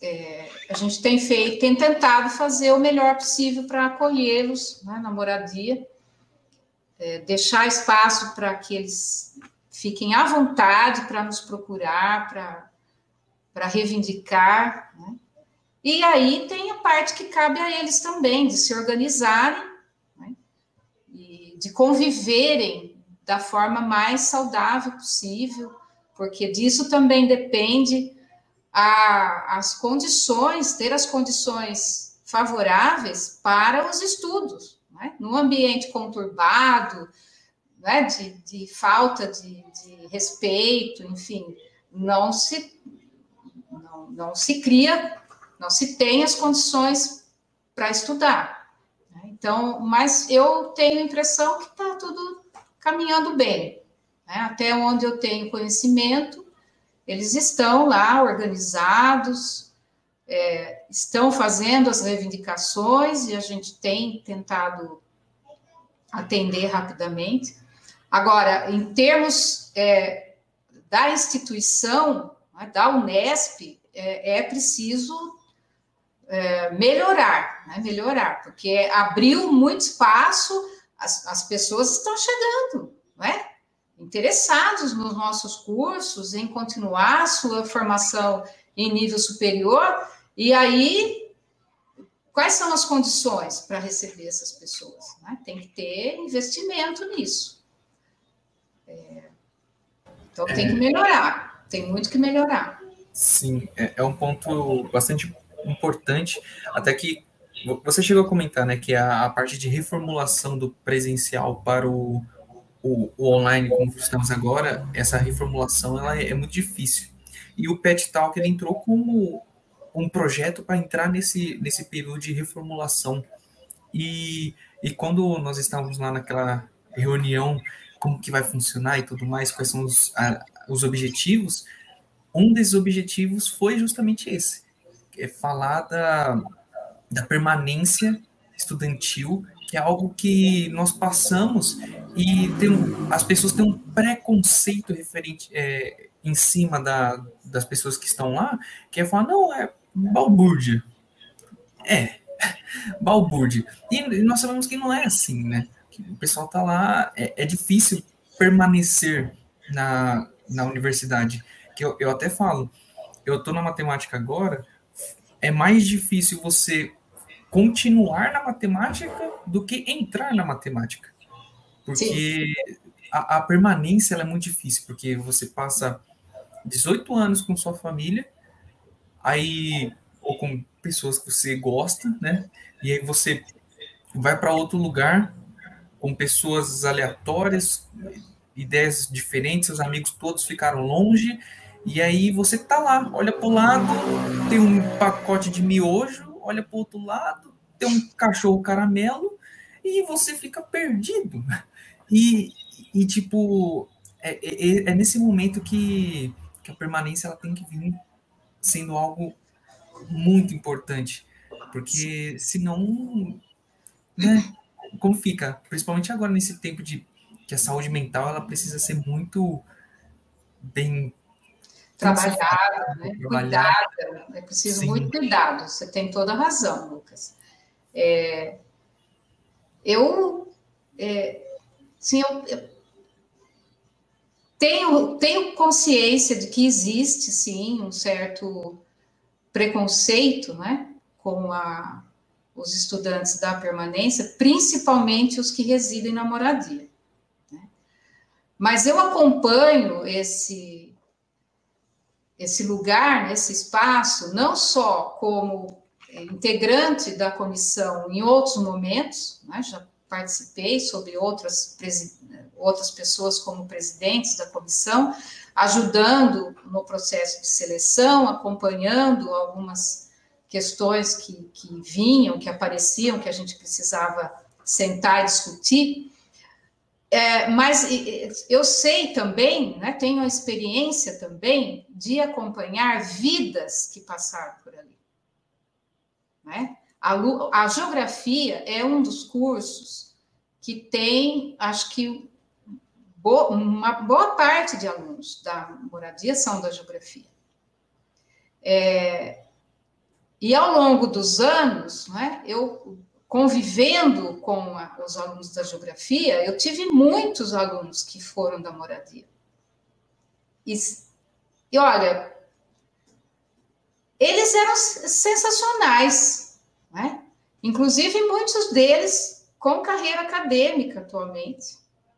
Speaker 4: é, a gente tem feito, tem tentado fazer o melhor possível para acolhê-los, né, na moradia, é, deixar espaço para que eles fiquem à vontade para nos procurar, para para reivindicar, né? E aí tem a parte que cabe a eles também, de se organizarem, né, e de conviverem da forma mais saudável possível, porque disso também depende a, as condições, ter as condições favoráveis para os estudos, né? Num ambiente conturbado, né, de, de falta de, de respeito, enfim, não se, não, não se cria, não se tem as condições para estudar, né? Então, mas eu tenho a impressão que está tudo caminhando bem, né? Até onde eu tenho conhecimento, eles estão lá organizados, é, estão fazendo as reivindicações e a gente tem tentado atender rapidamente. Agora, em termos é, da instituição, né, da Unesp, é, é preciso é, melhorar, né, melhorar, porque abriu muito espaço, as, as pessoas estão chegando, não é? Interessados nos nossos cursos, em continuar a sua formação em nível superior, e aí, quais são as condições para receber essas pessoas, né? Tem que ter investimento nisso. É, então, tem que melhorar, tem muito que melhorar.
Speaker 2: Sim, é, é um ponto bastante importante, até que você chegou a comentar, né, que a, a parte de reformulação do presencial para o O, o online, como estamos agora, essa reformulação ela é, é muito difícil. E o Pet Talk ele entrou como um projeto para entrar nesse, nesse período de reformulação. E, e quando nós estávamos lá naquela reunião, como que vai funcionar e tudo mais, quais são os, a, os objetivos, um desses objetivos foi justamente esse, é falar da, da permanência estudantil, que é algo que nós passamos e tem um, as pessoas têm um preconceito referente é, em cima da, das pessoas que estão lá, que é falar, não, é balbúrdia. É, balbúrdia. E nós sabemos que não é assim, né? Que o pessoal tá lá, é, é difícil permanecer na, na universidade. Que eu, eu até falo, eu tô na matemática agora, é mais difícil você continuar na matemática do que entrar na matemática. Porque a, a permanência ela é muito difícil, porque você passa dezoito anos com sua família, aí, ou com pessoas que você gosta, né? E aí você vai para outro lugar com pessoas aleatórias, ideias diferentes, seus amigos todos ficaram longe, e aí você tá lá, olha para o lado, tem um pacote de miojo, olha para o outro lado, tem um cachorro caramelo, e você fica perdido. E, e tipo, é, é, é nesse momento que, que a permanência ela tem que vir sendo algo muito importante, porque senão, né, como fica? Principalmente agora nesse tempo de que a saúde mental ela precisa ser muito bem
Speaker 4: trabalhada, né? Cuidada, é preciso Sim. muito cuidado, você tem toda a razão, Lucas. É, eu, é, sim, eu, eu tenho, tenho consciência de que existe, sim, um certo preconceito, né, com a, os estudantes da permanência, principalmente os que residem na moradia, né? Mas eu acompanho esse esse lugar, esse espaço, não só como integrante da comissão em outros momentos, né, já participei sobre outras, outras pessoas como presidentes da comissão, ajudando no processo de seleção, acompanhando algumas questões que, que vinham, que apareciam, que a gente precisava sentar e discutir. É, mas eu sei também, né, tenho a experiência também de acompanhar vidas que passaram por ali, né? A, a geografia é um dos cursos que tem, acho que bo, uma boa parte de alunos da moradia são da geografia. É, e ao longo dos anos, né, eu convivendo com a, os alunos da geografia, eu tive muitos alunos que foram da moradia. E, e olha, eles eram sensacionais, né? Inclusive muitos deles com carreira acadêmica atualmente.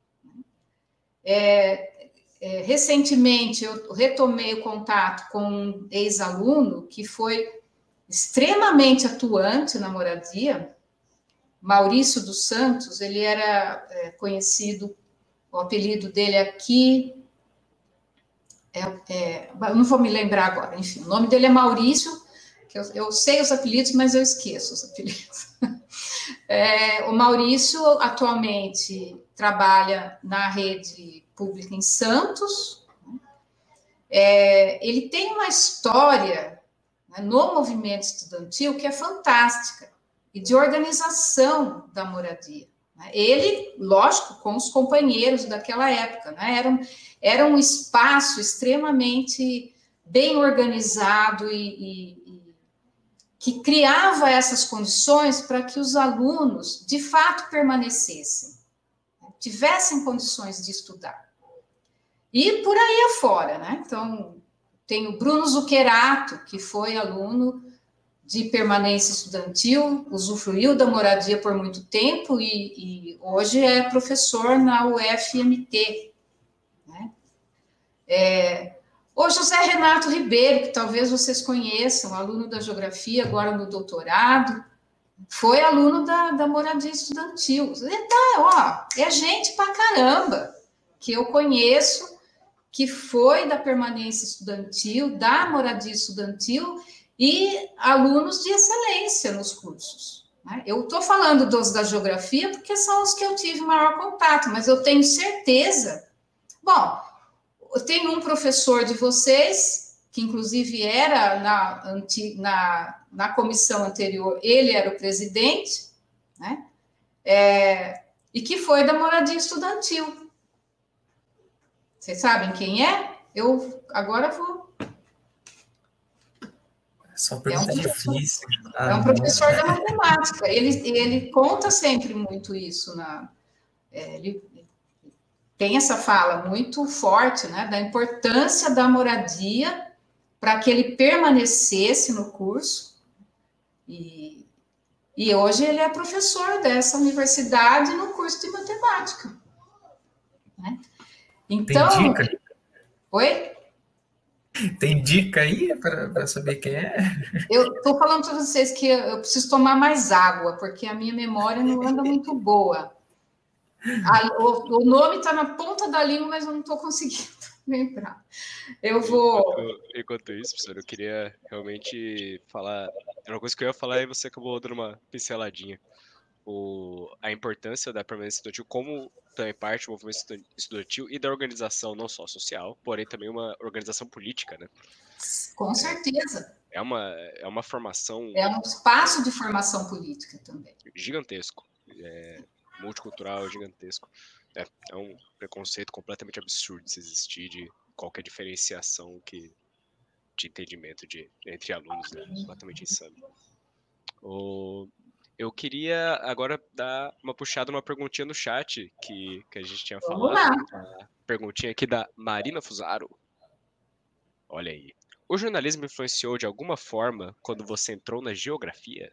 Speaker 4: É, é, recentemente eu retomei o contato com um ex-aluno que foi extremamente atuante na moradia, Maurício dos Santos. Ele era é, conhecido, o apelido dele aqui, é, é, não vou me lembrar agora, enfim, o nome dele é Maurício, que eu, eu sei os apelidos, mas eu esqueço os apelidos. É, o Maurício atualmente trabalha na rede pública em Santos. É, ele tem uma história, né, no movimento estudantil que é fantástica, e de organização da moradia. Ele, lógico, com os companheiros daquela época, né, era, um, era um espaço extremamente bem organizado e, e que criava essas condições para que os alunos, de fato, permanecessem, tivessem condições de estudar. E por aí afora, né? Então, tem o Bruno Zuccherato, que foi aluno de permanência estudantil, usufruiu da moradia por muito tempo e, e hoje é professor na U F M T, né? É, o José Renato Ribeiro, que talvez vocês conheçam, aluno da geografia, agora no doutorado, foi aluno da, da moradia estudantil. Então, ó, é gente pra caramba que eu conheço, que foi da permanência estudantil, da moradia estudantil, e alunos de excelência nos cursos, né? Eu estou falando dos da geografia porque são os que eu tive maior contato, mas eu tenho certeza... Bom, eu tenho um professor de vocês, que inclusive era na, na, na comissão anterior, ele era o presidente, né? É, e que foi da moradia estudantil. Vocês sabem quem é? Eu agora vou...
Speaker 2: Só pergunta é um difícil.
Speaker 4: Ah, é um professor não. da matemática. Ele, ele conta sempre muito isso. Na, é, ele tem essa fala muito forte, né, da importância da moradia para que ele permanecesse no curso. E, e hoje ele é professor dessa universidade no curso de matemática, né? Então,
Speaker 2: tem dica?
Speaker 4: Oi?
Speaker 2: Tem dica aí para saber quem é?
Speaker 4: Eu estou falando para vocês que eu preciso tomar mais água, porque a minha memória não anda muito boa. A, o, o nome está na ponta da língua, mas eu não estou conseguindo lembrar. Eu vou...
Speaker 3: Enquanto, enquanto isso, professor, eu queria realmente falar... Era uma coisa que eu ia falar e você acabou dando uma pinceladinha. O, a importância da permanência estudantil como também parte do movimento estudantil e da organização não só social, porém também uma organização política, né?
Speaker 4: Com certeza.
Speaker 3: É, é, uma, é uma formação...
Speaker 4: É um espaço de formação política também.
Speaker 3: Gigantesco. É, multicultural, gigantesco. É, é um preconceito completamente absurdo se existir de qualquer diferenciação que, de entendimento de, entre alunos, né? Completamente insano. O... Eu queria agora dar uma puxada, uma perguntinha no chat que, que a gente tinha
Speaker 4: Vamos
Speaker 3: falado.
Speaker 4: lá.
Speaker 3: Uma perguntinha aqui da Marina Fusaro. Olha aí. O jornalismo influenciou de alguma forma quando você entrou na geografia?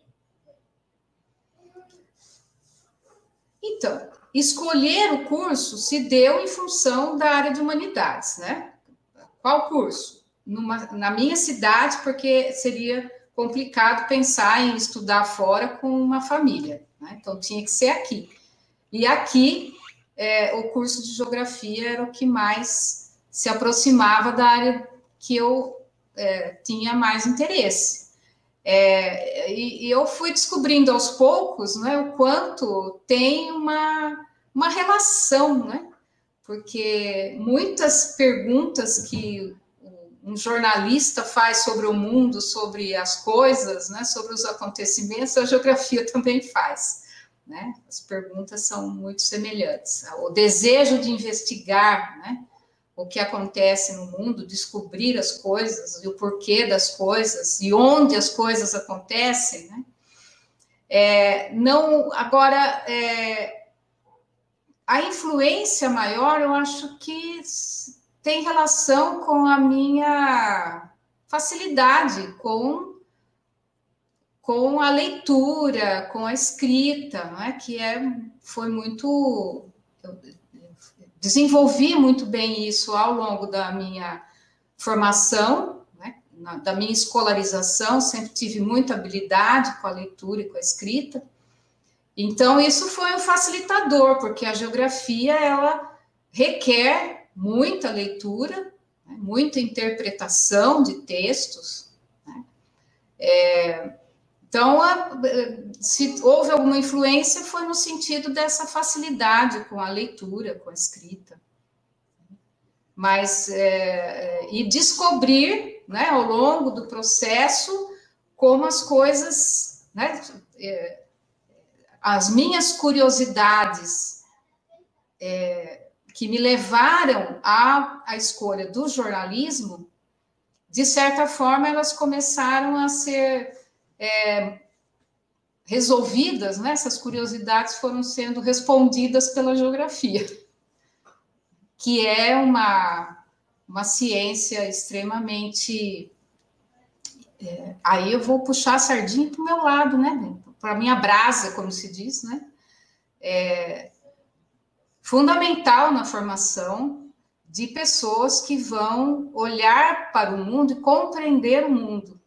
Speaker 4: Então, escolher o curso se deu em função da área de humanidades, né? Qual curso? Numa, na minha cidade, porque seria... complicado pensar em estudar fora com uma família, né? Então tinha que ser aqui. E aqui, é, o curso de geografia era o que mais se aproximava da área que eu é, tinha mais interesse. É, e, e eu fui descobrindo aos poucos, né, o quanto tem uma, uma relação, né? Porque muitas perguntas que um jornalista faz sobre o mundo, sobre as coisas, né, sobre os acontecimentos, a geografia também faz, né? As perguntas são muito semelhantes. O desejo de investigar, né, o que acontece no mundo, descobrir as coisas e o porquê das coisas e onde as coisas acontecem, né? É, não, agora, é, a influência maior, eu acho que tem relação com a minha facilidade com, com a leitura, com a escrita, não é? Que é, foi muito... Eu desenvolvi muito bem isso ao longo da minha formação, né? Na, da minha escolarização, sempre tive muita habilidade com a leitura e com a escrita. Então, isso foi um facilitador, porque a geografia, ela requer muita leitura, né? Muita interpretação de textos, né? É, então, a, se houve alguma influência, foi no sentido dessa facilidade com a leitura, com a escrita. Mas, é, e descobrir, né, ao longo do processo, como as coisas, né, é, as minhas curiosidades é, que me levaram à, à escolha do jornalismo, de certa forma, elas começaram a ser é, resolvidas, né? Essas curiosidades foram sendo respondidas pela geografia, que é uma, uma ciência extremamente... É, aí eu vou puxar a sardinha para o meu lado, né? Para a minha brasa, como se diz, né? É fundamental na formação de pessoas que vão olhar para o mundo e compreender o mundo.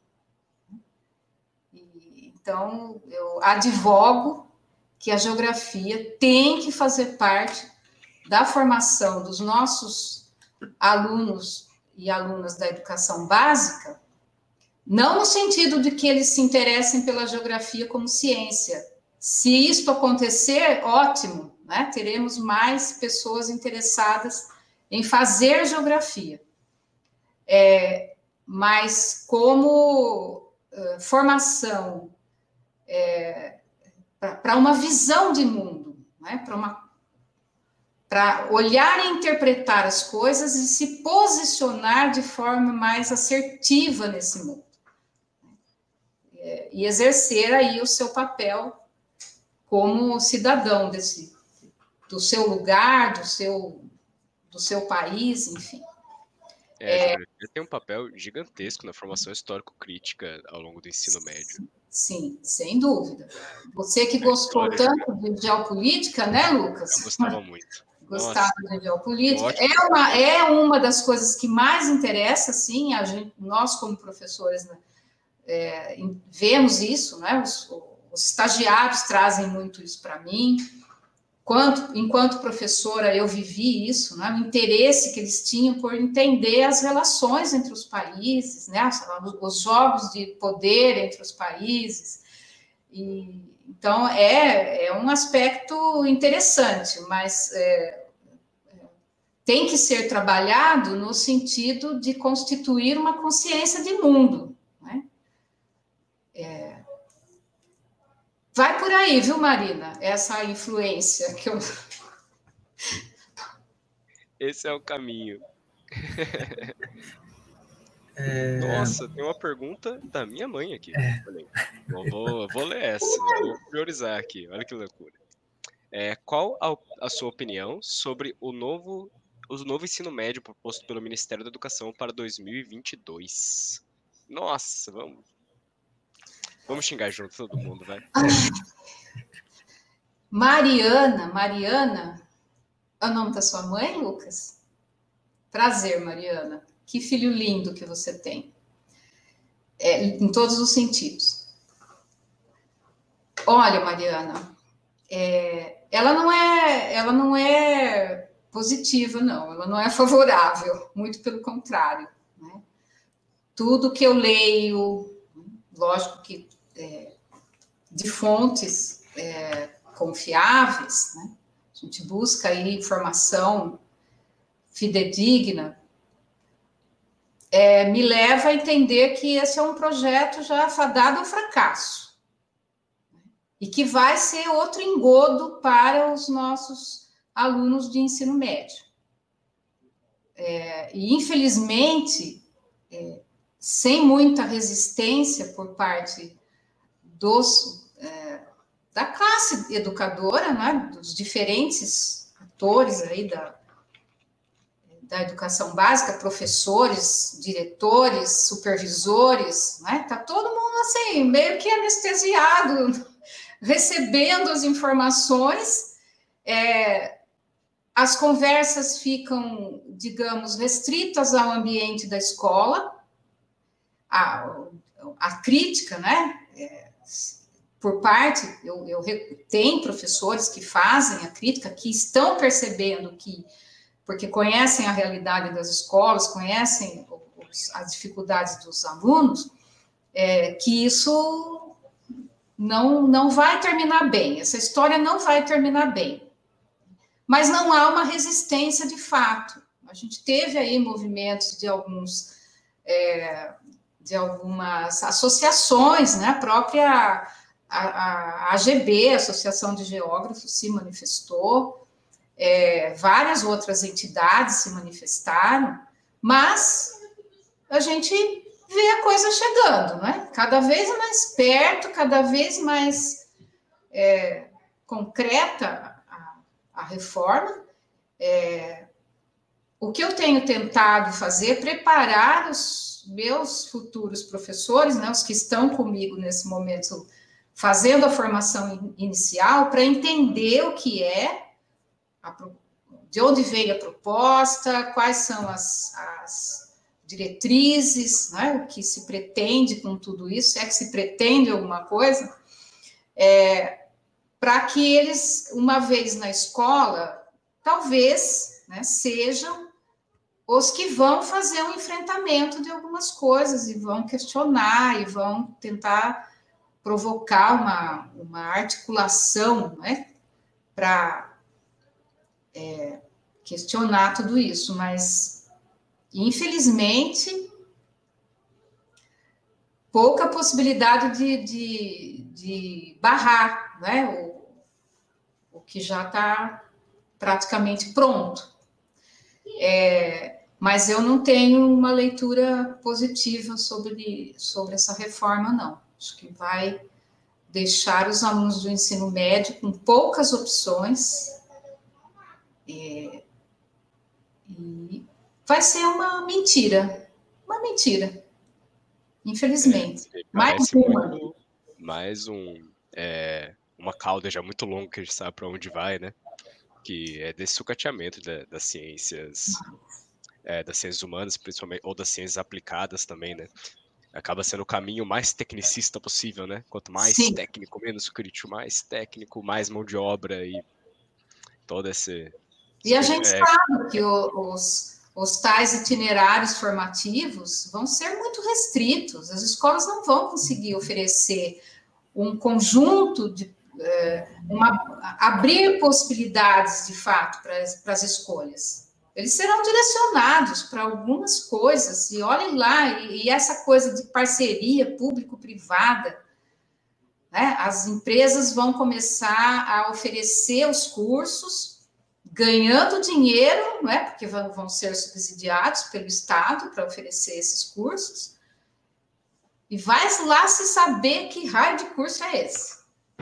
Speaker 4: E, então, eu advogo que a geografia tem que fazer parte da formação dos nossos alunos e alunas da educação básica, não no sentido de que eles se interessem pela geografia como ciência. Se isto acontecer, ótimo, né? Teremos mais pessoas interessadas em fazer geografia. É, mas como uh, formação é, para uma visão de mundo, né? Para uma para olhar e interpretar as coisas e se posicionar de forma mais assertiva nesse mundo. É, e exercer aí o seu papel como cidadão desse, do seu lugar, do seu, do seu país, enfim.
Speaker 3: É, a geografia tem um papel gigantesco na formação histórico-crítica ao longo do ensino médio.
Speaker 4: Sim, sem dúvida. Você que gostou tanto de geopolítica, né, Lucas?
Speaker 3: Eu gostava muito.
Speaker 4: Gostava de geopolítica. É uma, é uma das coisas que mais interessa, sim, a gente, nós como professores, né, é, vemos isso, né? Os, os estagiários trazem muito isso para mim. Quanto, enquanto professora, eu vivi isso, né? O interesse que eles tinham por entender as relações entre os países, né? Os jogos de poder entre os países. E, então, é, é um aspecto interessante, mas é, tem que ser trabalhado no sentido de constituir uma consciência de mundo, né? É, vai por aí, viu, Marina? Essa influência que eu...
Speaker 3: Esse é o caminho. É... Nossa, tem uma pergunta da minha mãe aqui. É... Eu vou, eu vou ler essa, eu vou priorizar aqui. Olha que loucura. É, qual a, a sua opinião sobre o novo, o novo ensino médio proposto pelo Ministério da Educação para dois mil e vinte e dois? Nossa, vamos... Vamos xingar junto todo mundo, vai.
Speaker 4: Mariana, Mariana, é o nome da sua mãe, Lucas? Prazer, Mariana. Que filho lindo que você tem. É, em todos os sentidos. Olha, Mariana, é, ela não é, ela não é positiva, não. Ela não é favorável. Muito pelo contrário, né? Tudo que eu leio, lógico que é, de fontes é, confiáveis, né? A gente busca aí informação fidedigna, é, me leva a entender que esse é um projeto já fadado ao fracasso, né? E que vai ser outro engodo para os nossos alunos de ensino médio. é, e infelizmente, é, sem muita resistência por parte dos, é, da classe educadora, né, dos diferentes atores aí da, da educação básica, professores, diretores, supervisores, né, tá todo mundo assim, meio que anestesiado, recebendo as informações, é, as conversas ficam, digamos, restritas ao ambiente da escola, a, a crítica, né, é, por parte, eu, eu tenho professores que fazem a crítica, que estão percebendo que, porque conhecem a realidade das escolas, conhecem os, as dificuldades dos alunos, é, que isso não, não vai terminar bem, essa história não vai terminar bem. Mas não há uma resistência de fato. A gente teve aí movimentos de alguns, é, de algumas associações, né? A própria a, a AGB, Associação de Geógrafos, se manifestou, é, várias outras entidades se manifestaram, mas a gente vê a coisa chegando, né? Cada vez mais perto, cada vez mais é, concreta a reforma. É, o que eu tenho tentado fazer é preparar os meus futuros professores, né, os que estão comigo nesse momento, fazendo a formação inicial, para entender o que é, a, de onde vem a proposta, quais são as, as diretrizes, né, o que se pretende com tudo isso, se é que se pretende alguma coisa, é, para que eles, uma vez na escola, talvez, né, sejam os que vão fazer um enfrentamento de algumas coisas e vão questionar e vão tentar provocar uma, uma articulação, né, para é, questionar tudo isso. Mas, infelizmente, pouca possibilidade de, de, de barrar, né, o, o que já está praticamente pronto. É, mas eu não tenho uma leitura positiva sobre, sobre essa reforma, não. Acho que vai deixar os alunos do ensino médio com poucas opções, é, e vai ser uma mentira, uma mentira, infelizmente.
Speaker 3: É,
Speaker 4: mais
Speaker 3: uma.
Speaker 4: Muito,
Speaker 3: mais um, é, uma cauda já muito longa que a gente sabe para onde vai, né? Que é desse sucateamento da, das ciências, é, das ciências humanas, principalmente, ou das ciências aplicadas também, né? Acaba sendo o caminho mais tecnicista possível, né? Quanto mais Sim. técnico, menos crítico, mais técnico, mais mão de obra e todo esse...
Speaker 4: E a gente é, sabe que os, os tais itinerários formativos vão ser muito restritos, as escolas não vão conseguir oferecer um conjunto de... Uma, abrir possibilidades, de fato, para, para as escolhas. Eles serão direcionados para algumas coisas, e olhem lá, e, e essa coisa de parceria público-privada, né? As empresas vão começar a oferecer os cursos, ganhando dinheiro, né? Porque vão, vão ser subsidiados pelo Estado para oferecer esses cursos, e vai lá se saber que raio de curso é esse.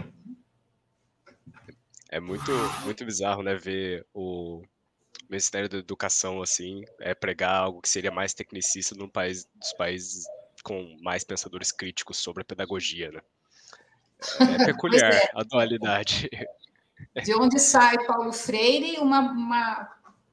Speaker 3: É muito, muito bizarro, né, ver o Ministério da Educação, assim, é pregar algo que seria mais tecnicista num país, dos países com mais pensadores críticos sobre a pedagogia, né? É peculiar é. a dualidade.
Speaker 4: De onde sai Paulo Freire, uma... uma...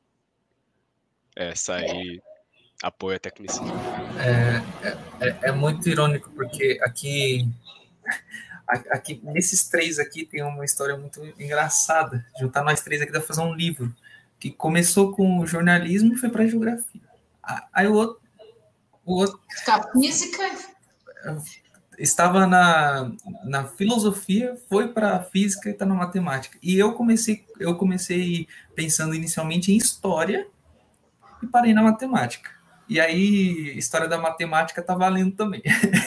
Speaker 3: É, sai é. apoio à tecnicismo.
Speaker 2: É, é, é muito irônico, porque aqui... Aqui, nesses três aqui tem uma história muito engraçada. Juntar nós três aqui dá pra fazer um livro que começou com jornalismo e foi para geografia. Aí o outro, o outro
Speaker 4: a física
Speaker 2: estava na, na filosofia, foi para física e está na matemática. E eu comecei eu comecei pensando inicialmente em história e parei na matemática. E aí história da matemática tá valendo também.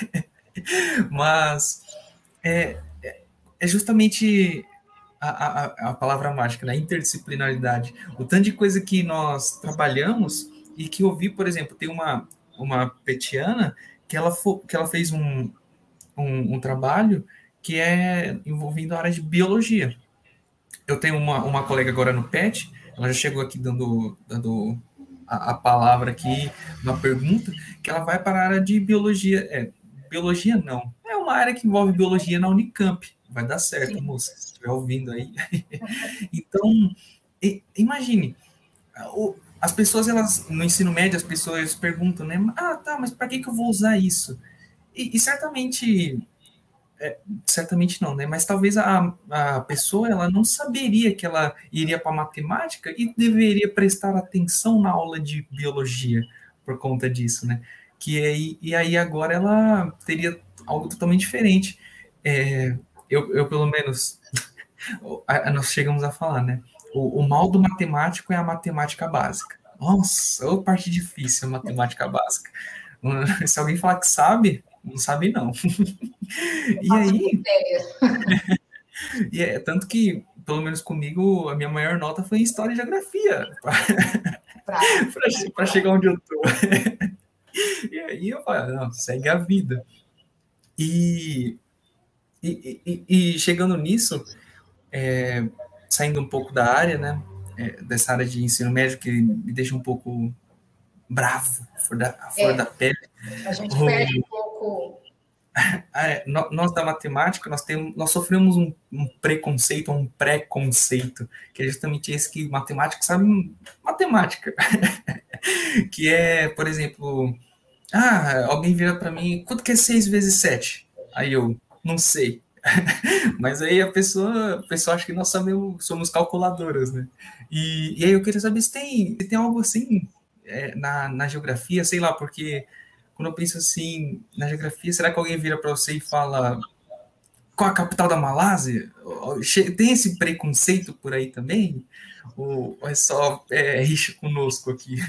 Speaker 2: Mas É, é justamente a, a, a palavra mágica, né? Interdisciplinaridade. O tanto de coisa que nós trabalhamos e que eu vi, por exemplo, tem uma, uma petiana que ela, fo, que ela fez um, um, um trabalho que é envolvendo a área de biologia. Eu tenho uma, uma colega agora no P E T, ela já chegou aqui dando, dando a, a palavra aqui, uma pergunta, que ela vai para a área de biologia. É, biologia não, é uma área que envolve biologia na Unicamp. Vai dar certo, sim, moça, se estiver ouvindo aí. Então, imagine, as pessoas, elas, no ensino médio, as pessoas perguntam, né? Ah, tá, mas para que, que eu vou usar isso? E, e certamente... É, certamente não, né? Mas talvez a, a pessoa ela não saberia que ela iria para matemática e deveria prestar atenção na aula de biologia por conta disso, né? Que aí, e aí agora ela teria algo totalmente diferente. É, eu, eu, pelo menos, nós chegamos a falar, né? O, o mal do matemático é a matemática básica. Nossa, ô parte difícil a matemática básica. Se alguém falar que sabe, não sabe não. E aí, e é, tanto que, pelo menos comigo, a minha maior nota foi em História e Geografia, para chegar onde eu tô. E aí eu falei, não, segue a vida. E, e, e, e chegando nisso, é, saindo um pouco da área, né, é, dessa área de ensino médio, que me deixa um pouco bravo, fora da, fora é, da pele.
Speaker 4: A gente o, perde um pouco...
Speaker 2: É, nós da matemática, nós, temos, nós sofremos um, um preconceito, um preconceito, que é justamente esse que matemática sabe matemática. Que é, por exemplo, ah, alguém vira para mim, quanto que é seis vezes sete? Aí eu, não sei. Mas aí a pessoa, a pessoa acha que nós sabemos, somos calculadoras, né? E, e aí eu queria saber se tem, se tem algo assim é, na, na geografia, sei lá, porque... Quando eu penso assim, na geografia, será que alguém vira para você e fala qual a capital da Malásia? Tem esse preconceito por aí também? Ou é só é, rixa conosco aqui?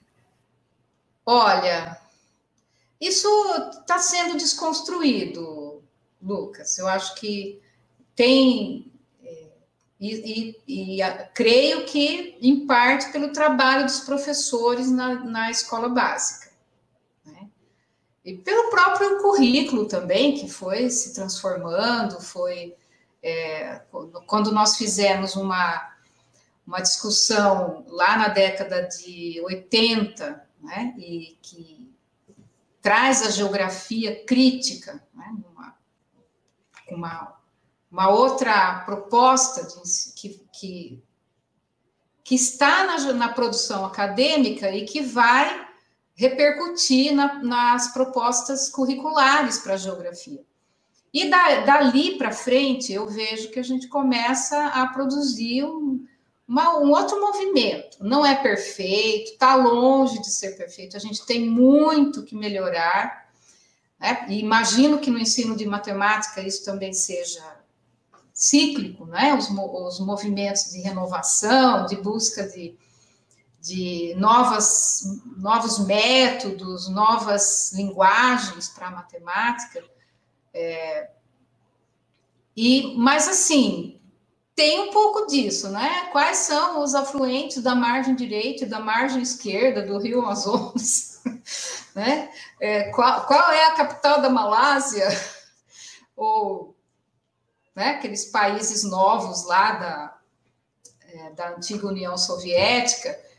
Speaker 4: Olha, isso está sendo desconstruído, Lucas. Eu acho que tem... É, e, e, e a, creio que, em parte, pelo trabalho dos professores na, na escola básica. E pelo próprio currículo também, que foi se transformando, foi... É, quando nós fizemos uma, uma discussão lá na década de oitenta, né, e que traz a geografia crítica, né, uma, uma, uma outra proposta de, que, que, que está na, na produção acadêmica e que vai repercutir na, nas propostas curriculares para a geografia. E da, dali para frente, eu vejo que a gente começa a produzir um, uma, um outro movimento. Não é perfeito, está longe de ser perfeito, a gente tem muito que melhorar, né? E imagino que no ensino de matemática isso também seja cíclico, né? Os, os movimentos de renovação, de busca de de novas, novos métodos, novas linguagens para a matemática. É, e, mas, assim, tem um pouco disso, né? Quais são os afluentes da margem direita e da margem esquerda do Rio Amazonas? Né? É, qual, qual é a capital da Malásia? Ou, né, aqueles países novos lá da, é, da antiga União Soviética.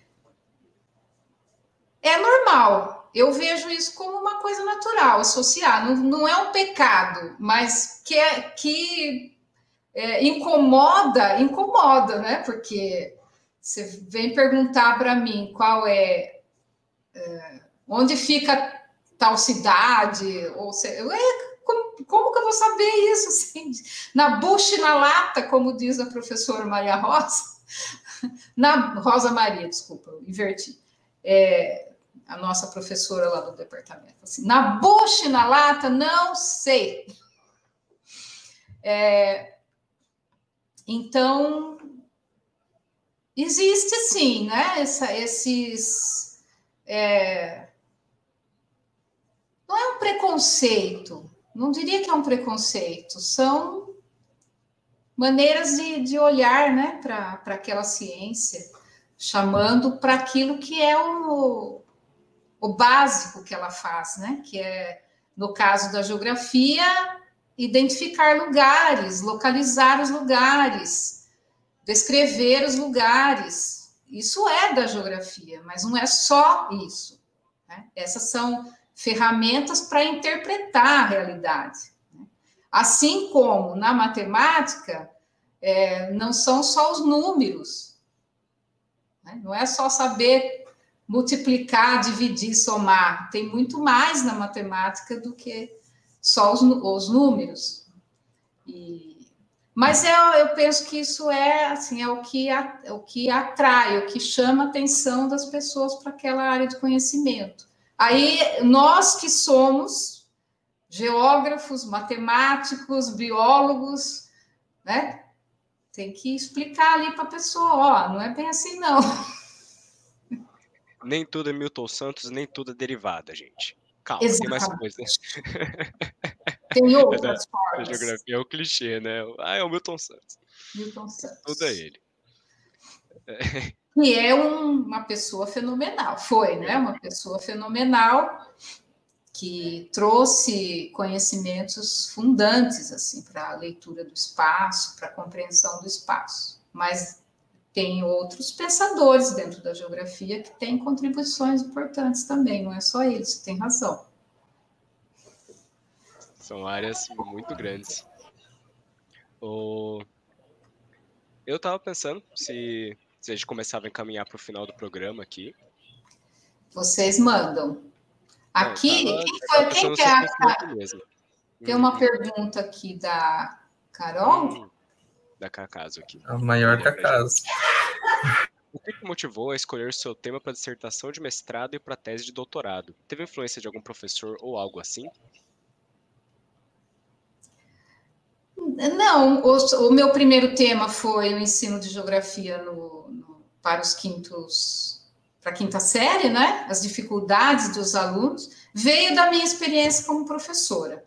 Speaker 4: É normal, eu vejo isso como uma coisa natural, associar, não, não é um pecado, mas que, é, que é, incomoda, incomoda, né? Porque você vem perguntar para mim qual é, é, onde fica tal cidade, ou se, ué, como, como que eu vou saber isso? Assim? Na bucha e na lata, como diz a professora Maria Rosa, na Rosa Maria, desculpa, eu inverti. É, a nossa professora lá do departamento, assim, na bucha e na lata, não sei. É, então, existe sim, né, essa, esses... É, não é um preconceito, não diria que é um preconceito, são maneiras de, de olhar, né, para aquela ciência. chamando para aquilo que é o, o básico que ela faz, né? Que é, no caso da geografia, identificar lugares, localizar os lugares, descrever os lugares. Isso é da geografia, mas não é só isso, né? Essas são ferramentas para interpretar a realidade, né? Assim como na matemática, é, não são só os números, né? Não é só saber multiplicar, dividir, somar. Tem muito mais na matemática do que só os, os números. E, mas eu, eu penso que isso é, assim, é o que, a, é o que atrai, o que chama a atenção das pessoas para aquela área de conhecimento. Aí, nós que somos geógrafos, matemáticos, biólogos, né? Tem que explicar ali para a pessoa, ó, não é bem assim, não.
Speaker 3: Nem tudo é Milton Santos, nem tudo é derivada, gente. Calma,
Speaker 4: Exatamente.
Speaker 3: tem mais coisas.
Speaker 4: Tem outras
Speaker 3: A
Speaker 4: formas.
Speaker 3: geografia é o clichê, né? Ah, é o Milton Santos.
Speaker 4: Milton Santos.
Speaker 3: Tudo é ele.
Speaker 4: E é um, uma pessoa fenomenal, foi, né? Uma pessoa fenomenal que trouxe conhecimentos fundantes assim para a leitura do espaço, para a compreensão do espaço. Mas tem outros pensadores dentro da geografia que têm contribuições importantes também, não é só ele, você tem razão.
Speaker 3: São áreas muito grandes. O... Eu estava pensando se, se a gente começava a encaminhar para o final do programa aqui.
Speaker 4: Vocês mandam. Aqui,
Speaker 3: Não,
Speaker 4: quem foi? Quem que é a...
Speaker 3: mesmo.
Speaker 4: Tem uma hum. pergunta aqui da Carol. Hum,
Speaker 3: da Cacaso aqui.
Speaker 2: A maior Cacaso.
Speaker 3: O que motivou a escolher seu tema para dissertação de mestrado e para tese de doutorado? Teve influência de algum professor ou algo assim?
Speaker 4: Não, o, o meu primeiro tema foi o ensino de geografia no, no, para os quintos, para a quinta série, né? As dificuldades dos alunos, veio da minha experiência como professora.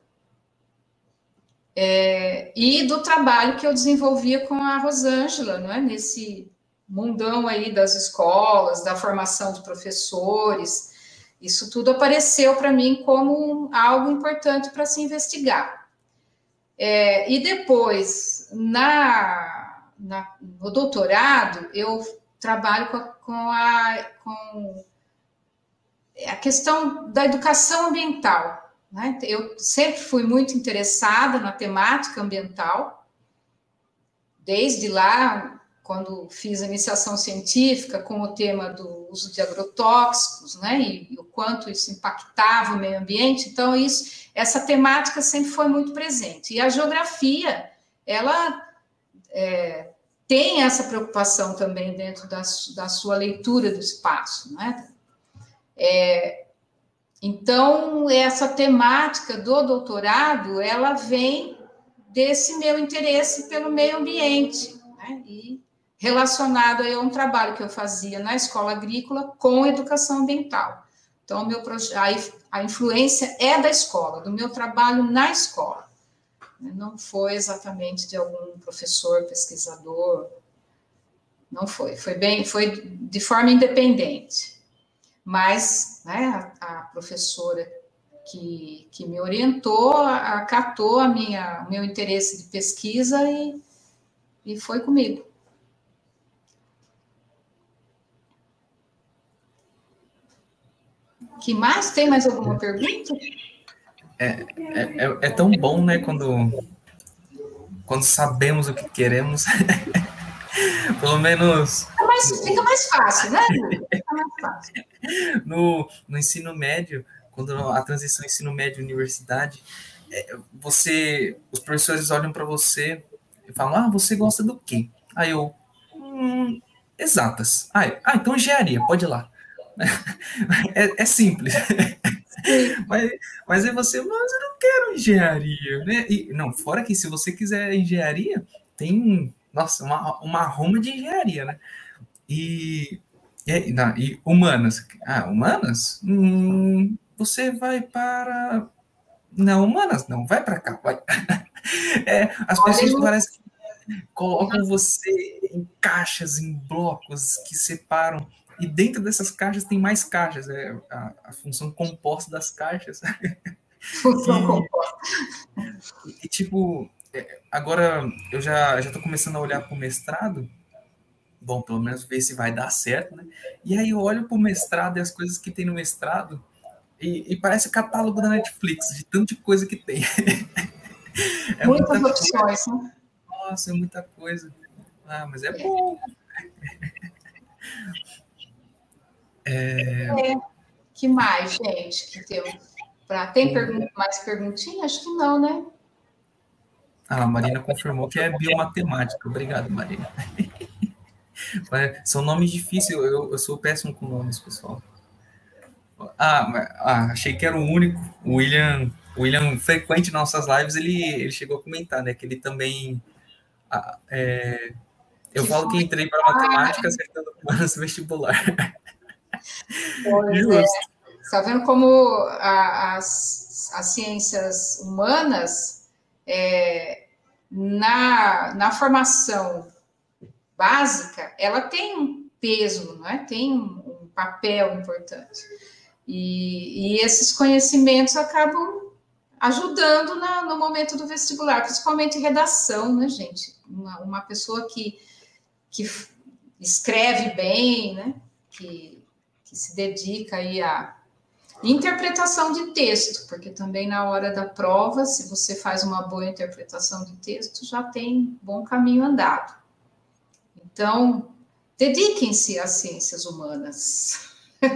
Speaker 4: É, e do trabalho que eu desenvolvia com a Rosângela, não é? Nesse mundão aí das escolas, da formação de professores, isso tudo apareceu para mim como algo importante para se investigar. É, e depois, na, na, no doutorado, eu trabalho com a, com, a, com a questão da educação ambiental, né? Eu sempre fui muito interessada na temática ambiental, desde lá, quando fiz a iniciação científica com o tema do uso de agrotóxicos, né, e, e o quanto isso impactava o meio ambiente. Então, isso, essa temática sempre foi muito presente. E a geografia, ela é, tem essa preocupação também dentro da, da sua leitura do espaço, né? É, então, essa temática do doutorado, ela vem desse meu interesse pelo meio ambiente, né? E relacionado a um trabalho que eu fazia na escola agrícola com educação ambiental. Então, meu projeto, a influência é da escola, do meu trabalho na escola. Não foi exatamente de algum professor, pesquisador, não foi. Foi bem, foi de forma independente. Mas, né, a, a professora que, que me orientou, acatou a minha, o meu interesse de pesquisa e, e foi comigo. Que mais? Tem mais alguma pergunta?
Speaker 2: É, é, é, é tão bom, né, quando, quando sabemos o que queremos. Pelo menos...
Speaker 4: Fica mais, fica mais fácil, né? Fica mais fácil.
Speaker 2: No, no ensino médio, quando a transição ensino médio-universidade, é, você, os professores olham para você e falam, ah, você gosta do quê? Aí eu, hum, exatas. Ah, ah, então engenharia, pode ir lá. É, é simples. mas, mas aí você, mas eu não quero engenharia, né? E, não, fora que se você quiser engenharia, tem, nossa, uma, uma roma de engenharia, né? E, e, não, e humanas. Ah, humanas? Hum, você vai para... Não, humanas não, vai para cá, vai. É, as pessoas parecem que colocam você em caixas, em blocos que separam, e dentro dessas caixas tem mais caixas, é a, a função composta das caixas.
Speaker 4: Função composta.
Speaker 2: E, e, tipo, agora eu já já estou começando a olhar para o mestrado, bom, pelo menos ver se vai dar certo, né? E aí eu olho para o mestrado e as coisas que tem no mestrado, e, e parece catálogo da Netflix, de tanta coisa que tem. É
Speaker 4: Muitas
Speaker 2: muita
Speaker 4: opções, né?
Speaker 2: Nossa, é muita coisa. Ah, mas é bom. É...
Speaker 4: É. Que mais, gente, que temos? Pra... Tem pergun mais perguntinha? Acho que não, né?
Speaker 2: Ah, a Marina confirmou que é biomatemática. Obrigado, Marina. São nomes difíceis, eu, eu sou péssimo com nomes, pessoal. Ah, mas, ah, achei que era o único. O William, o William, frequente nas nossas lives, ele, ele chegou a comentar, né? Que ele também. Ah, é, eu que falo foi? Que entrei para matemática acertando humanas vestibular.
Speaker 4: Pois é. Está vendo como a, as, as ciências humanas, é, na, na formação básica, ela tem um peso, não é? Tem um, um papel importante. E, e esses conhecimentos acabam ajudando na, no momento do vestibular, principalmente redação, né, gente? Uma, uma pessoa que, que escreve bem, né? Que, que se dedica aí à interpretação de texto, porque também na hora da prova, se você faz uma boa interpretação de texto, já tem bom caminho andado. Então, dediquem-se às ciências humanas.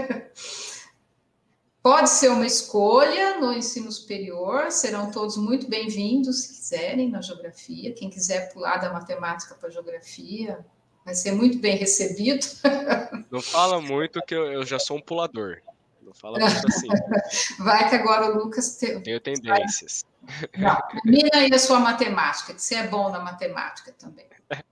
Speaker 4: Pode ser uma escolha no ensino superior, serão todos muito bem-vindos, se quiserem, na geografia. Quem quiser pular da matemática para a geografia, vai ser muito bem recebido.
Speaker 3: Não fala muito que eu, eu já sou um pulador. Não fala muito assim.
Speaker 4: Vai que agora o Lucas... Te...
Speaker 3: Tenho tendências.
Speaker 4: Não, termina aí a sua matemática, que você é bom na matemática também.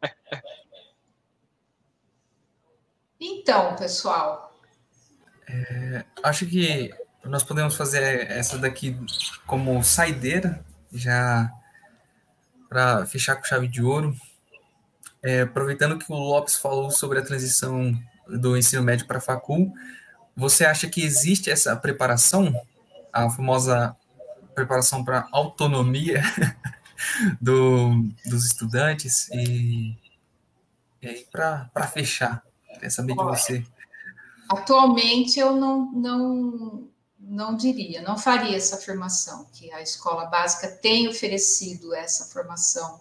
Speaker 4: Então, pessoal...
Speaker 2: É, acho que nós podemos fazer essa daqui como saideira, já para fechar com chave de ouro. É, aproveitando que o Lopes falou sobre a transição do ensino médio para a facul, você acha que existe essa preparação, a famosa preparação para autonomia do, dos estudantes? E, e aí, para fechar, queria saber de você.
Speaker 4: Atualmente, eu não, não, não diria, não faria essa afirmação, que a escola básica tem oferecido essa formação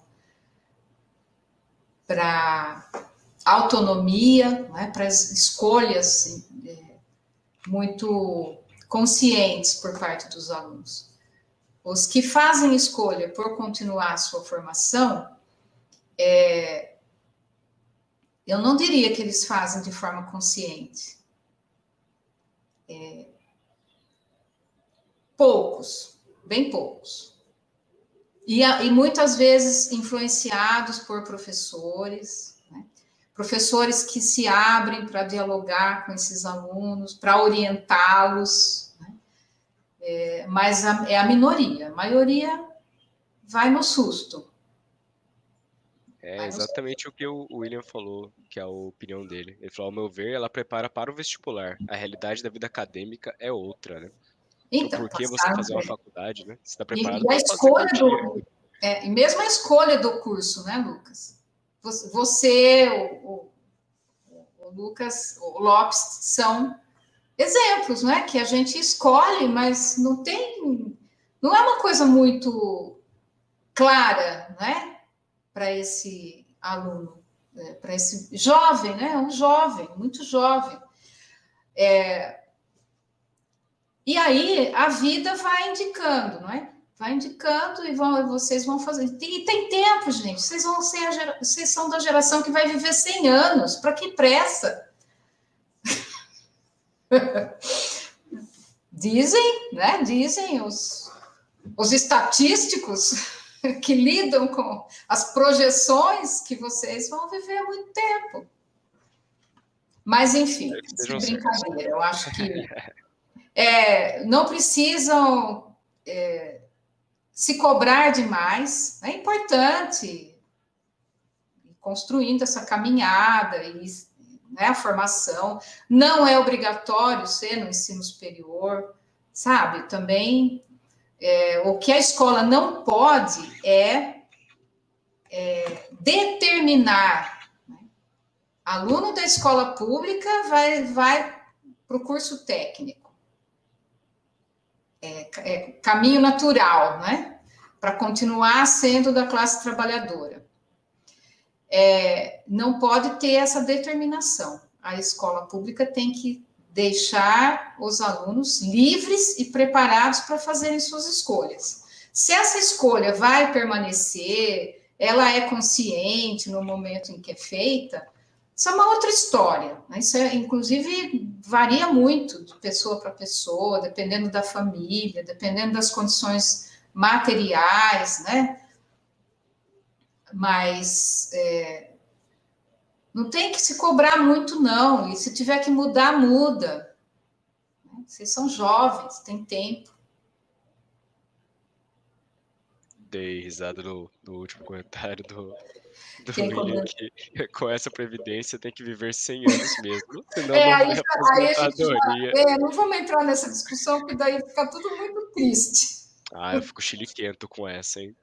Speaker 4: para autonomia, né, para as escolhas é, muito conscientes por parte dos alunos. Os que fazem escolha por continuar a sua formação, é, eu não diria que eles fazem de forma consciente. É, poucos, bem poucos. E, e muitas vezes influenciados por professores, né? Professores que se abrem para dialogar com esses alunos, para orientá-los, né? É, mas a, é a minoria, a maioria vai no susto.
Speaker 3: É exatamente o que o William falou, que é a opinião dele. Ele falou, ao meu ver, ela prepara para o vestibular. A realidade da vida acadêmica é outra, né?
Speaker 4: Então,
Speaker 3: por que você fazer uma faculdade, né? Você está preparado
Speaker 4: para
Speaker 3: fazer
Speaker 4: escolha do, é, e mesmo a escolha do curso, né, Lucas? Você, o, o, o Lucas, o Lopes, são exemplos, né? Que a gente escolhe, mas não tem... Não é uma coisa muito clara, né? Para esse aluno, né? Para esse jovem, né? Um jovem, muito jovem. É... E aí a vida vai indicando, não é? Vai indicando e vão, vocês vão fazer. E tem tempo, gente. Vocês vão ser a gera... vocês são da geração que vai viver cem anos. Para que pressa? Dizem, né? Dizem os, os estatísticos que lidam com as projeções que vocês vão viver muito tempo. Mas, enfim, sem brincadeira, eu acho que é, não precisam é, se cobrar demais. É importante construindo essa caminhada e, né, a formação. Não é obrigatório ser no ensino superior, sabe? Também, é, o que a escola não pode é, é determinar. Né? Aluno da escola pública vai, vai para o curso técnico. É, é caminho natural, né? Para continuar sendo da classe trabalhadora. É, não pode ter essa determinação. A escola pública tem que deixar os alunos livres e preparados para fazerem suas escolhas. Se essa escolha vai permanecer, ela é consciente no momento em que é feita, isso é uma outra história. Né? Isso, é, inclusive, varia muito de pessoa para pessoa, dependendo da família, dependendo das condições materiais, né? Mas é, não tem que se cobrar muito, não. E se tiver que mudar, muda. Vocês são jovens, tem tempo.
Speaker 3: Dei risada no, no último comentário do, do
Speaker 4: Quem
Speaker 3: William, que com essa previdência tem que viver cem anos mesmo, senão
Speaker 4: É,
Speaker 3: não
Speaker 4: aí,
Speaker 3: vai
Speaker 4: aí a gente já,
Speaker 3: aposentadoria.
Speaker 4: é, não vamos entrar nessa discussão, porque daí fica tudo muito triste.
Speaker 3: Ah, eu fico chiliquento com essa, hein?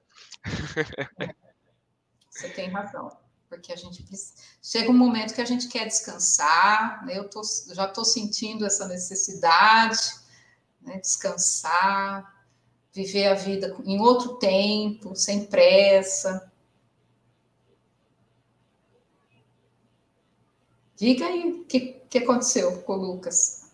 Speaker 4: Você tem razão, porque a gente chega um momento que a gente quer descansar, né? Eu tô, já estou sentindo essa necessidade, né? Descansar, viver a vida em outro tempo, sem pressa. Diga aí o que, que aconteceu com o Lucas.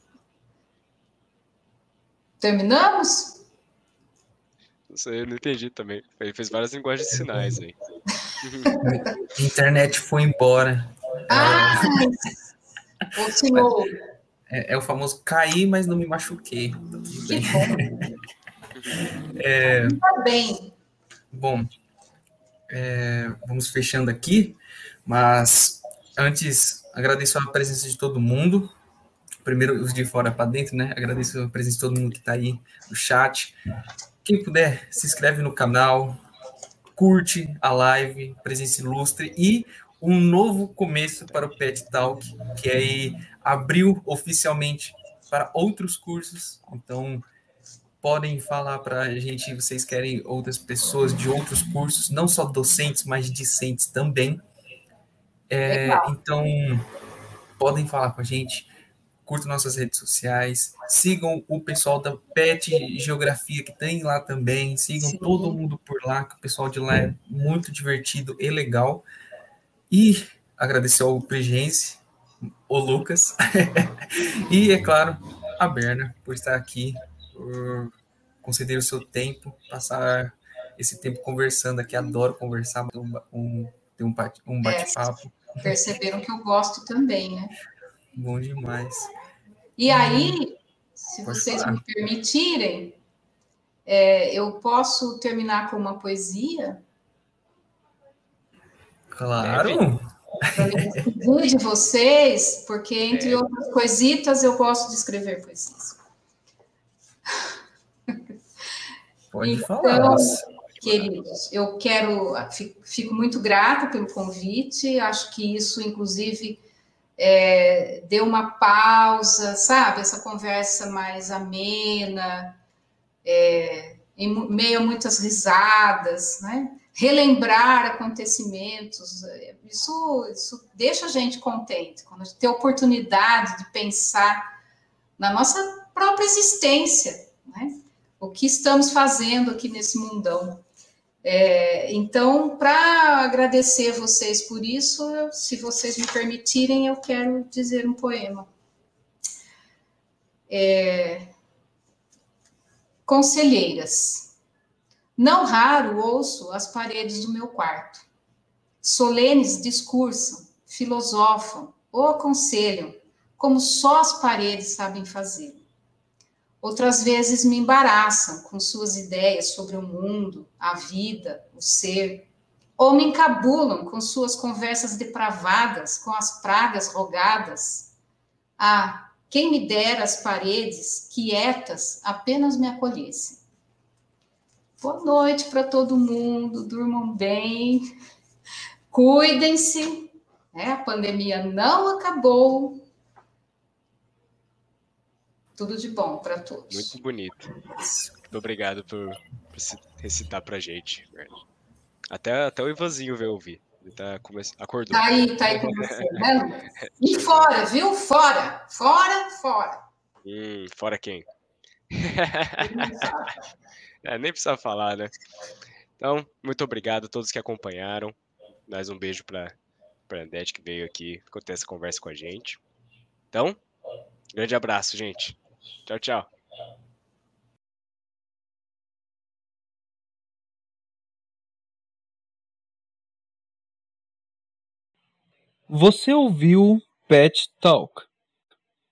Speaker 4: Terminamos?
Speaker 3: Não sei, eu não entendi também. Ele fez várias linguagens de sinais aí.
Speaker 2: A internet foi embora.
Speaker 4: Ah, é... o senhor...
Speaker 2: É, é o famoso cair, mas não me machuquei. Tá tudo
Speaker 4: que
Speaker 2: bem.
Speaker 4: bom.
Speaker 2: É,
Speaker 4: tá bem.
Speaker 2: Bom, é, vamos fechando aqui, mas antes agradeço a presença de todo mundo. Primeiro os de fora para dentro, né? Agradeço a presença de todo mundo que está aí no chat. Quem puder, se inscreve no canal, curte a live, presença ilustre e um novo começo para o Pet Talk, que aí abriu oficialmente para outros cursos. Então, podem falar para a gente, vocês querem outras pessoas de outros cursos, não só docentes, mas discentes também. É, então, podem falar com a gente. Curtam nossas redes sociais, sigam o pessoal da Pet Geografia, que tem lá também, sigam Sim. todo mundo por lá, que o pessoal de lá é muito divertido e legal. E agradecer ao Pregense, o Lucas, e, é claro, a Berna, por estar aqui, por conceder o seu tempo, passar esse tempo conversando aqui, adoro conversar, ter um, um, ter um, um bate-papo.
Speaker 4: É, perceberam que eu gosto também, né?
Speaker 2: Bom demais.
Speaker 4: E aí, se Pode vocês falar. me permitirem, é, eu posso terminar com uma poesia?
Speaker 2: Claro!
Speaker 4: Para me despedir de vocês, porque, entre é. outras coisitas, eu gosto de escrever poesias.
Speaker 2: Pode
Speaker 4: então,
Speaker 2: falar.
Speaker 4: Queridos, eu quero, fico muito grata pelo convite, acho que isso, inclusive... É, deu uma pausa, sabe? Essa conversa mais amena, é, em meio a muitas risadas, né? Relembrar acontecimentos, isso, isso deixa a gente contente, quando a gente tem a oportunidade de pensar na nossa própria existência, né? O que estamos fazendo aqui nesse mundão. É, então, para agradecer vocês por isso, eu, se vocês me permitirem, eu quero dizer um poema. É, Conselheiras, não raro ouço as paredes do meu quarto. Solenes discursam, filosofam ou aconselham, como só as paredes sabem fazer. Outras vezes me embaraçam com suas ideias sobre o mundo, a vida, o ser, ou me encabulam com suas conversas depravadas, com as pragas rogadas. Ah, quem me dera as paredes, quietas, apenas me acolhessem. Boa noite para todo mundo, durmam bem, Cuidem-se, né? A pandemia não acabou. Tudo de bom para todos.
Speaker 3: Muito bonito. Muito obrigado por, por recitar pra gente. Até, até o Ivanzinho veio ouvir. Ele tá come... acordou.
Speaker 4: Tá aí, tá aí com você, né? E fora, viu? Fora, fora, fora.
Speaker 3: Hum, fora quem? É, nem precisa falar, né? Então, muito obrigado a todos que acompanharam. Mais um beijo para a Andete que veio aqui ter essa conversa com a gente. Então, grande abraço, gente. Tchau, tchau.
Speaker 1: Você ouviu Pet Talk,